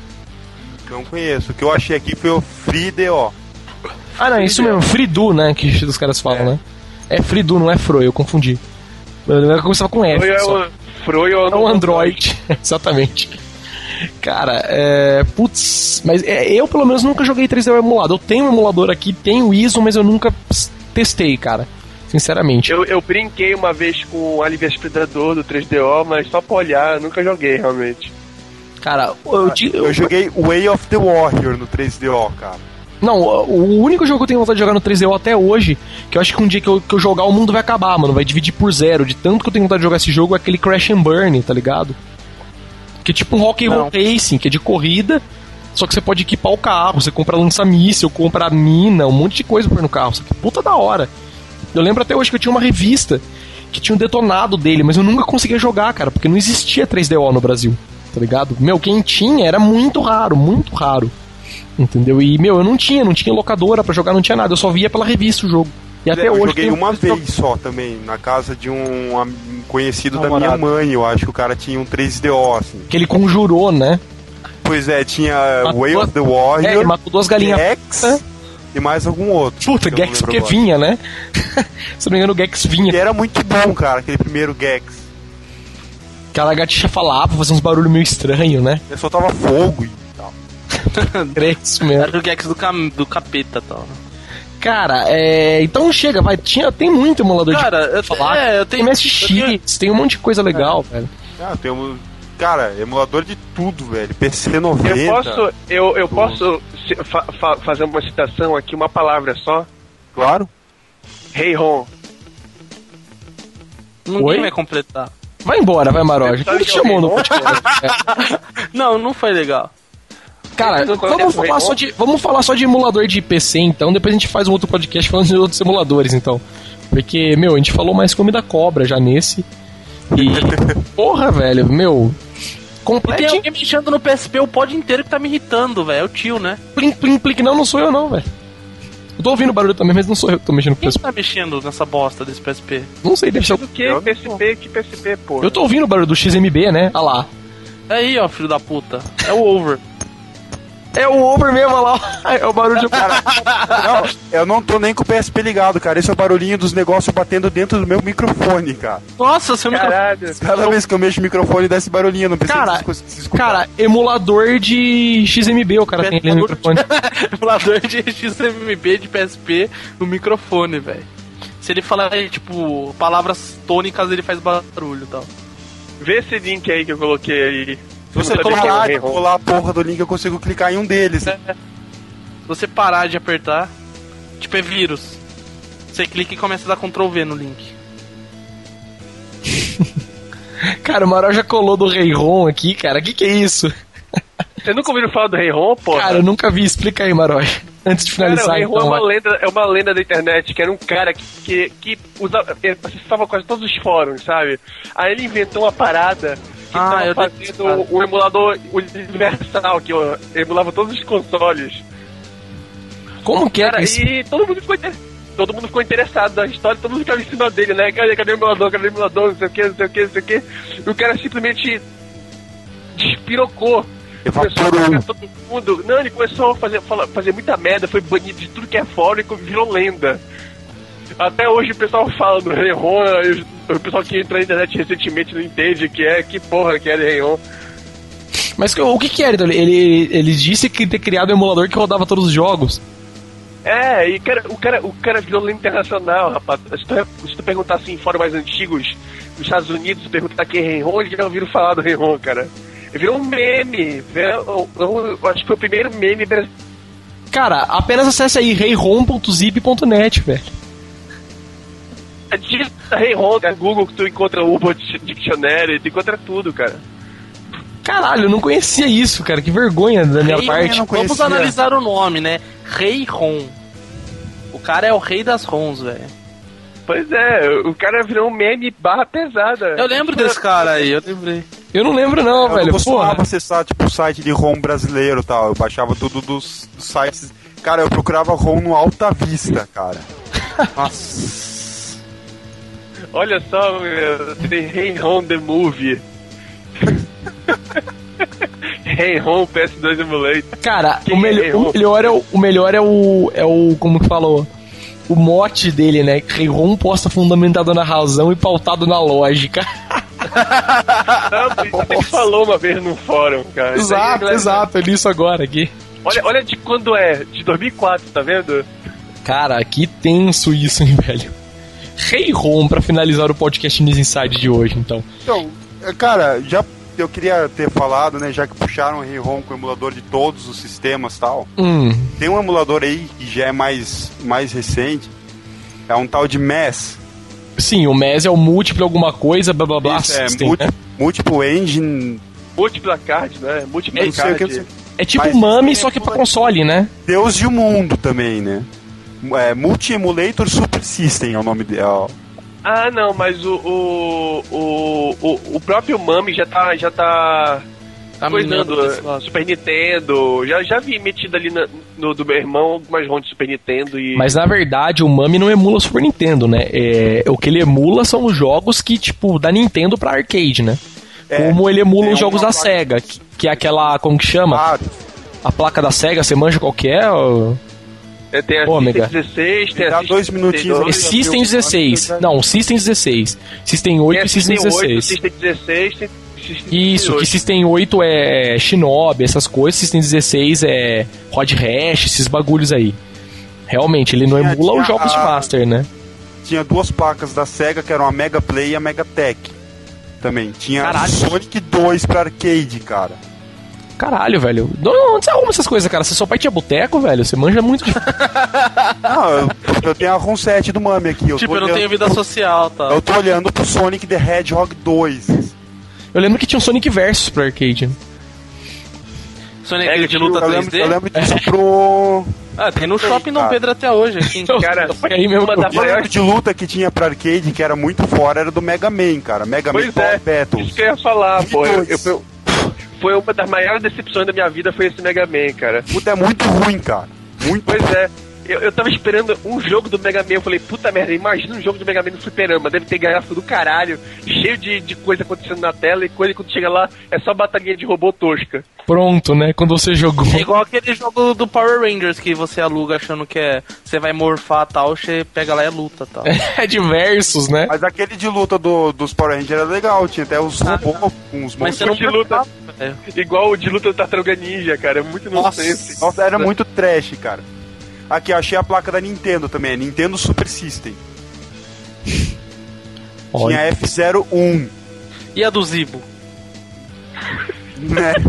Não conheço. O que eu achei aqui foi o Free D O. Ah, não, é isso mesmo, Fridu, né? Que os caras falam, né? É Fridu, não é Froio, eu confundi. Eu começava com F. Froio é só. o Froio É um Android, exatamente. Cara, é. Putz, mas é, eu pelo menos nunca joguei três D O emulado. Eu tenho um emulador aqui, tenho o I S O, mas eu nunca ps, testei, cara. Sinceramente. Eu, eu brinquei uma vez com o Alivias Predador do três D O, mas só pra olhar, eu nunca joguei realmente. Cara, eu, di- Eu joguei Way of the Warrior no três D O, cara. Não, o único jogo que eu tenho vontade de jogar no três D O até hoje, que eu acho que um dia que eu, que eu jogar o mundo vai acabar, mano. Vai dividir por zero. De tanto que eu tenho vontade de jogar esse jogo, é aquele Crash and Burn, tá ligado? Que é tipo um Rock and Roll Racing, que é de corrida, só que você pode equipar o carro, você compra lança-míssel, compra mina, um monte de coisa pra pôr no carro. Só que puta da hora. Eu lembro até hoje que eu tinha uma revista que tinha um detonado dele, mas eu nunca conseguia jogar, cara, porque não existia três D O no Brasil, tá ligado? Meu, quem tinha era muito raro, muito raro. Entendeu? E, meu, eu não tinha, não tinha locadora pra jogar, não tinha nada, eu só via pela revista o jogo. E até eu hoje. joguei tem- uma vez só também, na casa de um, am- um conhecido da Namorado. minha mãe. Eu acho que o cara tinha um três D O, assim. Que ele conjurou, né? Pois é, tinha Matou- Way of the É, ele Warrior, matou duas galinhas. Gex e mais algum outro. Puta, que eu não Gex lembro porque agora. vinha, né? Se não me engano, o Gex vinha. E era muito bom, cara, aquele primeiro Gex. Que a lagartixa falava, fazia uns barulhos meio estranhos, né? Ele soltava fogo e tal. É isso mesmo. Era o Gex do, cam... do capeta e tal, né? Cara, é... então chega, vai. Tinha... Tem muito emulador Cara, de eu, falar. é, eu tenho... Tem M S X, eu tenho... tem um monte de coisa legal, é. velho. Ah, tem um... Cara, emulador de tudo, velho. P C noventa. Eu posso, eu, eu posso fa fa fazer uma citação aqui, uma palavra só? Claro. Hey Ron. Ninguém Oi? vai completar. Vai embora, vai, Maroja. Quem te chamou no podcast? Não, não foi legal. Cara, vamos falar, só de, vamos falar só de emulador de P C, então. Depois a gente faz um outro podcast falando de outros emuladores, então. Porque, meu, a gente falou mais comida cobra já nesse. E, porra, velho, meu... Completo. Tem alguém mexendo no P S P o pod inteiro que tá me irritando, velho. É o tio, né? Plim, plim, plim. Não, não sou eu não, velho. Eu tô ouvindo barulho também, mas não sou eu que tô mexendo no Quem P S P. tá mexendo nessa bosta desse P S P? Não sei, deve ser o... O que? P S P? Que P S P, pô? Eu tô ouvindo o barulho do X M B, né? Ah lá. Aí, ó, filho da puta. É o over. É o over mesmo, olha lá. É o barulho de... Cara, não, eu não tô nem com o P S P ligado, cara. Esse é o barulhinho dos negócios batendo dentro do meu microfone, cara. Nossa, seu Caralho. microfone. Cada vez que eu mexo o microfone dá esse barulhinho, não precisa Cara, se escutar. cara, emulador de X M B o cara tem ali no microfone. Emulador de X M B de P S P no microfone, velho. Se ele falar, tipo, palavras tônicas, ele faz barulho e tal. Vê esse link aí que eu coloquei aí. Se você Não sabia que era o parar Hey de Ron. colar a porra do link, eu consigo clicar em um deles. Se você parar de apertar, tipo, é vírus. Você clica e começa a dar control V no link. Cara, o Maró já colou do Rei Ron aqui, cara. Que que é isso? Você nunca ouviu falar do Hey Ron, pô? Cara, eu nunca vi. Explica aí, Maró. Antes de finalizar, Cara, o Hey Ron então. é uma vai. lenda, é uma lenda da internet, que era um cara que, que, que usava, ele acessava quase todos os fóruns, sabe? Aí ele inventou uma parada que Ah, tava eu tenho fazendo esse um emulador universal, que ó, emulava todos os consoles. Como que é Cara, que isso? e todo mundo ficou inter- todo mundo ficou interessado na história, todo mundo ficava em cima dele, né? Cadê, cadê o emulador, cadê o emulador, não sei o que, não sei o que, não sei o que. E o cara simplesmente despirocou. Começou a atacar todo mundo. Não, ele começou a fazer, fala- fazer muita merda, foi banido de tudo que é fora e virou lenda. Até hoje o pessoal fala do Hey Ron, o pessoal que entrou na internet recentemente não entende que é, que porra que é Hey Ron. Mas que- o que que era? Então? Ele, ele disse que ter criado um emulador que rodava todos os jogos. É, e cara, o, cara, o cara virou lenda internacional, rapaz. Se tu, se tu perguntar assim em fóruns mais antigos, nos Estados Unidos, se perguntar quem é Hey Ron, eles já ouviram falar do Hey Ron, cara. Virou um meme. Eu, eu, eu acho que foi o primeiro meme brasileiro. Cara, apenas acesse aí rei ron ponto zip ponto net, velho. Digita Hey Ron, cara, Google, que tu encontra o Urban Dictionary, tu encontra tudo, cara. Caralho, eu não conhecia isso, cara. Que vergonha da minha Rei- parte. não Vamos conhecia. analisar o nome, né? Rei Ron. O cara é o rei das Rons, velho. Pois é, o cara virou um meme barra pesada. Eu lembro desse cara aí, eu lembrei. Eu não lembro não, Eu velho. não costumava Porra. acessar, tipo, o site de ROM brasileiro e tal. Eu baixava tudo dos, dos sites. Cara, eu procurava ROM no Alta Vista, cara. Nossa. Olha só, meu, tem Hey Ron The Movie. Hey Ron P S dois Emulator. Cara, Quem o, melhor, é o Ron? melhor é o, o melhor é o é o como que falou? O mote dele, né? Rei Ron posta fundamentado na razão e pautado na lógica. Não, ele falou uma vez num fórum, cara. Isso aí, Exato, galera, exato. É nisso agora aqui. Olha, olha de quando é, de dois mil e quatro, tá vendo? Cara, que tenso isso, hein, velho. Rei Ron pra finalizar o podcast News Inside de hoje, então. Então, é, cara, já eu queria ter falado, né, já que puxaram o Hey Ron com o emulador de todos os sistemas e tal. Hum, Tem um emulador aí que já é mais, mais recente. É um tal de M E S. sim, o M E S é o múltiplo alguma coisa, blá blá blá. Isso, é system, multi- né? Multiple Engine. Múltipla card, né? Múltipla Não sei o card. que eu sei. É tipo Mas- o Mami, só que pra console, né? Deus de um mundo também, né? É, Multi-Emulator Super System é o nome dele. ó. Ah, não, mas o o, o, o, o próprio Mami já tá já tá Tá coisando minando desse lado. Super Nintendo. Já já vi metido ali na- no do meu irmão algumas ROMs de Super Nintendo e Mas na verdade o Mami não emula o Super Nintendo, né? É, o que ele emula são os jogos que, tipo, da Nintendo pra arcade, né? É, Como ele emula tem os jogos uma da placa- SEGA, que, que é aquela, como que chama? Ah, A placa da SEGA, você manja qual que é? Ou- é, tem a Ômega. System dezesseis, tem dá a dois System minutinhos É trinta e dois, System dezesseis. Não, System dezesseis. System tem oito a e System System oito, dezesseis. System dezesseis, tem, Isso, que System oito é Shinobi, essas coisas, System dezesseis é Rod Hash, esses bagulhos aí. Realmente, ele não tinha, emula tinha os jogos a... de Master, né? Tinha duas placas da Sega, que eram a Mega Play e a Mega Tech. Também. Tinha Caralho. Sonic dois pra arcade, cara. Caralho, velho. Onde você arruma essas coisas, cara? Você só pai tinha boteco, velho? Você manja muito de... Não, eu, eu tenho a ROM sete do Mami aqui. Eu tipo, eu não olhando, tenho vida social, tá? Eu tô olhando pro Sonic the Hedgehog dois. Eu lembro que tinha um Sonic Versus pra arcade. Sonic É, de luta Eu lembro, três D? eu lembro disso pro... Ah, tem no Shopping Dom cara. Pedro até hoje, aqui. Cara, Foi aí mesmo uma que eu das vi. Eu lembro maiores... de luta que tinha pra arcade, que era muito fora, era do Mega Man, cara. Mega Man Pois Power é, Battles. isso que eu ia falar, pô. Eu, dois. eu, foi uma das maiores decepções da minha vida, foi esse Mega Man, cara. Puta, é muito ruim, cara. Muito Pois é, eu, eu tava esperando um jogo do Mega Man, eu falei, puta merda, imagina um jogo do Mega Man no fliperama, deve ter gráfico do caralho, cheio de, de coisa acontecendo na tela, e coisa quando chega lá, é só batalhinha de robô tosca. Pronto, né? Quando você jogou. É igual aquele jogo do Power Rangers que você aluga achando que é. Você vai morfar tal, você pega lá e luta tal. É de versus, né? Mas aquele de luta do, dos Power Rangers era legal, tinha até os Ah, robôs com os Mas você monstros. não de luta, É. igual o de luta do Tartaruga Ninja, cara, é muito nonsense. Nossa, era muito trash, cara. Aqui, eu achei a placa da Nintendo também, Nintendo Super System. Olha. Tinha F zero um, E a do Zibo? né?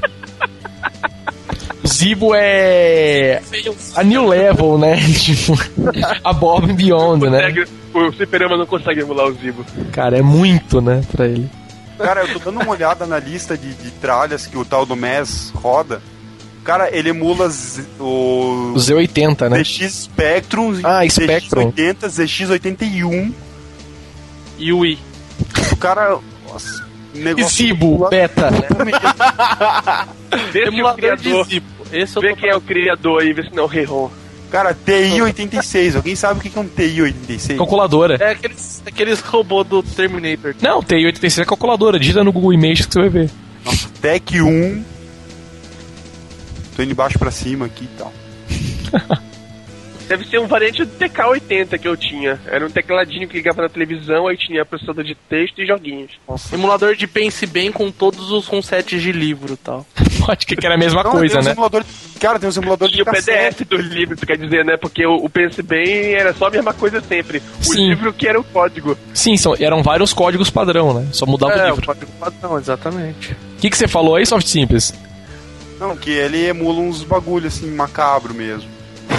Zibo é a new level, né? Tipo, a Bob Beyond, né? Consegue- O fliperama não consegue emular o Zibo. Cara, é muito, né, pra ele. Cara, eu tô dando uma olhada na lista de, de tralhas que o tal do M E S roda. Cara, ele emula z- o O Z oitenta, né? Z X Spectrum, Ah, Z X Spectrum. oitenta, Z X oitenta e um. E o Wii? O cara... Nossa, E negócio... Zibo, beta. Vê se o Emulador de criador, Zibo. Esse eu vê tô quem é o criador aí, vê se não é o Reron. Cara, T I oitenta e seis. Alguém sabe o que é um T I oitenta e seis? Calculadora. É aqueles, aqueles robôs do Terminator. Não, T I oitenta e seis é calculadora. Digita no Google Images que você vai ver. Nossa, Tec um. Tô indo de baixo pra cima aqui e tal. Deve ser um variante do T K oitenta que eu tinha. Era um tecladinho que ligava na televisão, aí tinha processador de texto e joguinhos. Emulador de Pense Bem com todos os consets de livro e tal. Pode que era a mesma Não, coisa, tem um né? simulador de... Cara, tem um simulador E de o P D cassete. F do livro, tu quer dizer, né? Porque o, o Pense Bem era só a mesma coisa sempre. O Sim. livro que era o código. Sim, são, eram vários códigos padrão, né? Só mudava o É, o livro. código padrão, exatamente. O que, que você falou aí, Soft Simples? Não, que ele emula uns bagulho assim, macabro mesmo.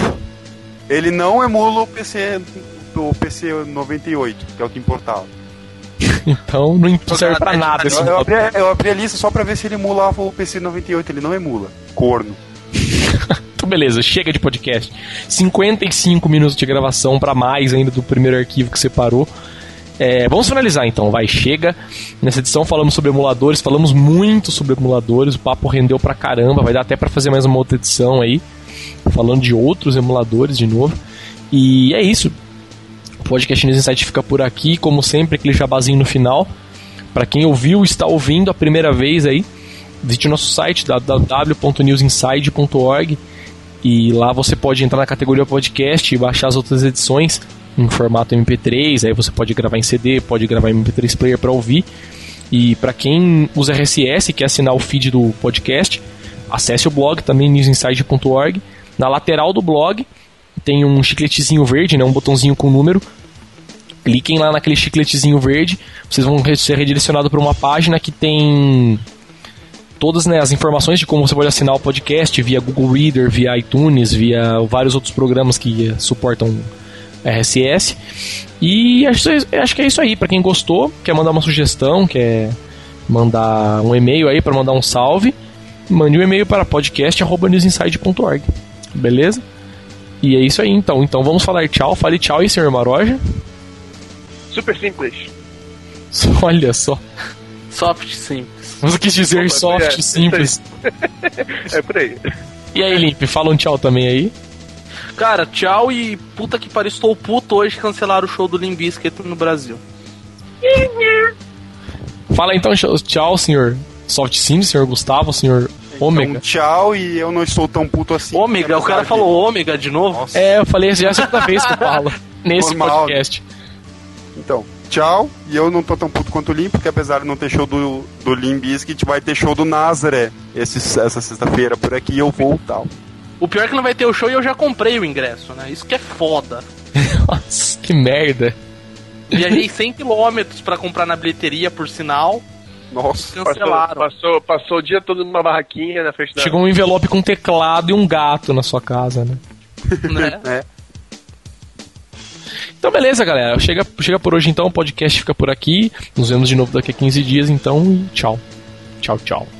Ele não emula o P C... O P C noventa e oito, que é o que importava. Então não serve pra nada esse Eu, eu, modo. abri, eu abri a lista só pra ver se ele emulava o P C noventa e oito. Ele não emula. Corno. Então beleza, chega de podcast. cinquenta e cinco minutos de gravação pra mais ainda do primeiro arquivo que você parou. É, vamos finalizar então, vai, chega. Nessa edição falamos sobre emuladores, falamos muito sobre emuladores, o papo rendeu pra caramba, vai dar até pra fazer mais uma outra edição aí, falando de outros emuladores de novo. E é isso. O podcast News Insight fica por aqui, como sempre, aquele jabazinho no final. Pra quem ouviu, está ouvindo a primeira vez aí, visite o nosso site w w w ponto news inside ponto org e lá você pode entrar na categoria podcast e baixar as outras edições em formato M P três, aí você pode gravar em C D, pode gravar em M P três player para ouvir. E para quem usa R S S e quer assinar o feed do podcast, acesse o blog também, news inside ponto org. Na lateral do blog tem um chicletezinho verde, né, um botãozinho com número. Cliquem lá naquele chicletezinho verde, vocês vão ser redirecionados para uma página que tem todas, né, as informações de como você pode assinar o podcast via Google Reader, via iTunes, via vários outros programas que suportam R S S. E acho, acho que é isso aí. Para quem gostou, quer mandar uma sugestão, quer mandar um e-mail aí para mandar um salve, mande um e-mail para podcast arroba news inside ponto org. Beleza? E é isso aí então. Então vamos falar tchau. Fale tchau aí, senhor Maroja. Super simples. Olha só. Soft simples. Você quis dizer Opa, soft, é, simples. É por aí. E aí, Limp, fala um tchau também aí. Cara, tchau e puta que pariu, estou puto hoje que cancelaram o show do Limp Bizkit no Brasil. Fala então tchau, senhor Soft Simples, senhor Gustavo, senhor Ômega. Então, tchau, e eu não estou tão puto assim. Ômega, o cara apesar falou ômega de novo? Nossa. É, eu falei, já é a segunda vez que eu falo nesse Normal. podcast. Então, tchau. E eu não tô tão puto quanto o Lim, porque apesar de não ter show do, do Limp Bizkit, vai ter show do Nazaré esse, essa sexta-feira por aqui e eu vou tal. O pior é que não vai ter o show e eu já comprei o ingresso, né? Isso que é foda. Nossa, que merda. Viajei cem quilômetros pra comprar na bilheteria, por sinal. Nossa, cancelaram. Passou, passou, passou o dia todo numa barraquinha na frente da... Chegou um envelope com um teclado e um gato na sua casa, né? Né? é. Então beleza, galera. Chega, chega por hoje então, o podcast fica por aqui. Nos vemos de novo daqui a quinze dias, então, e tchau. Tchau, tchau.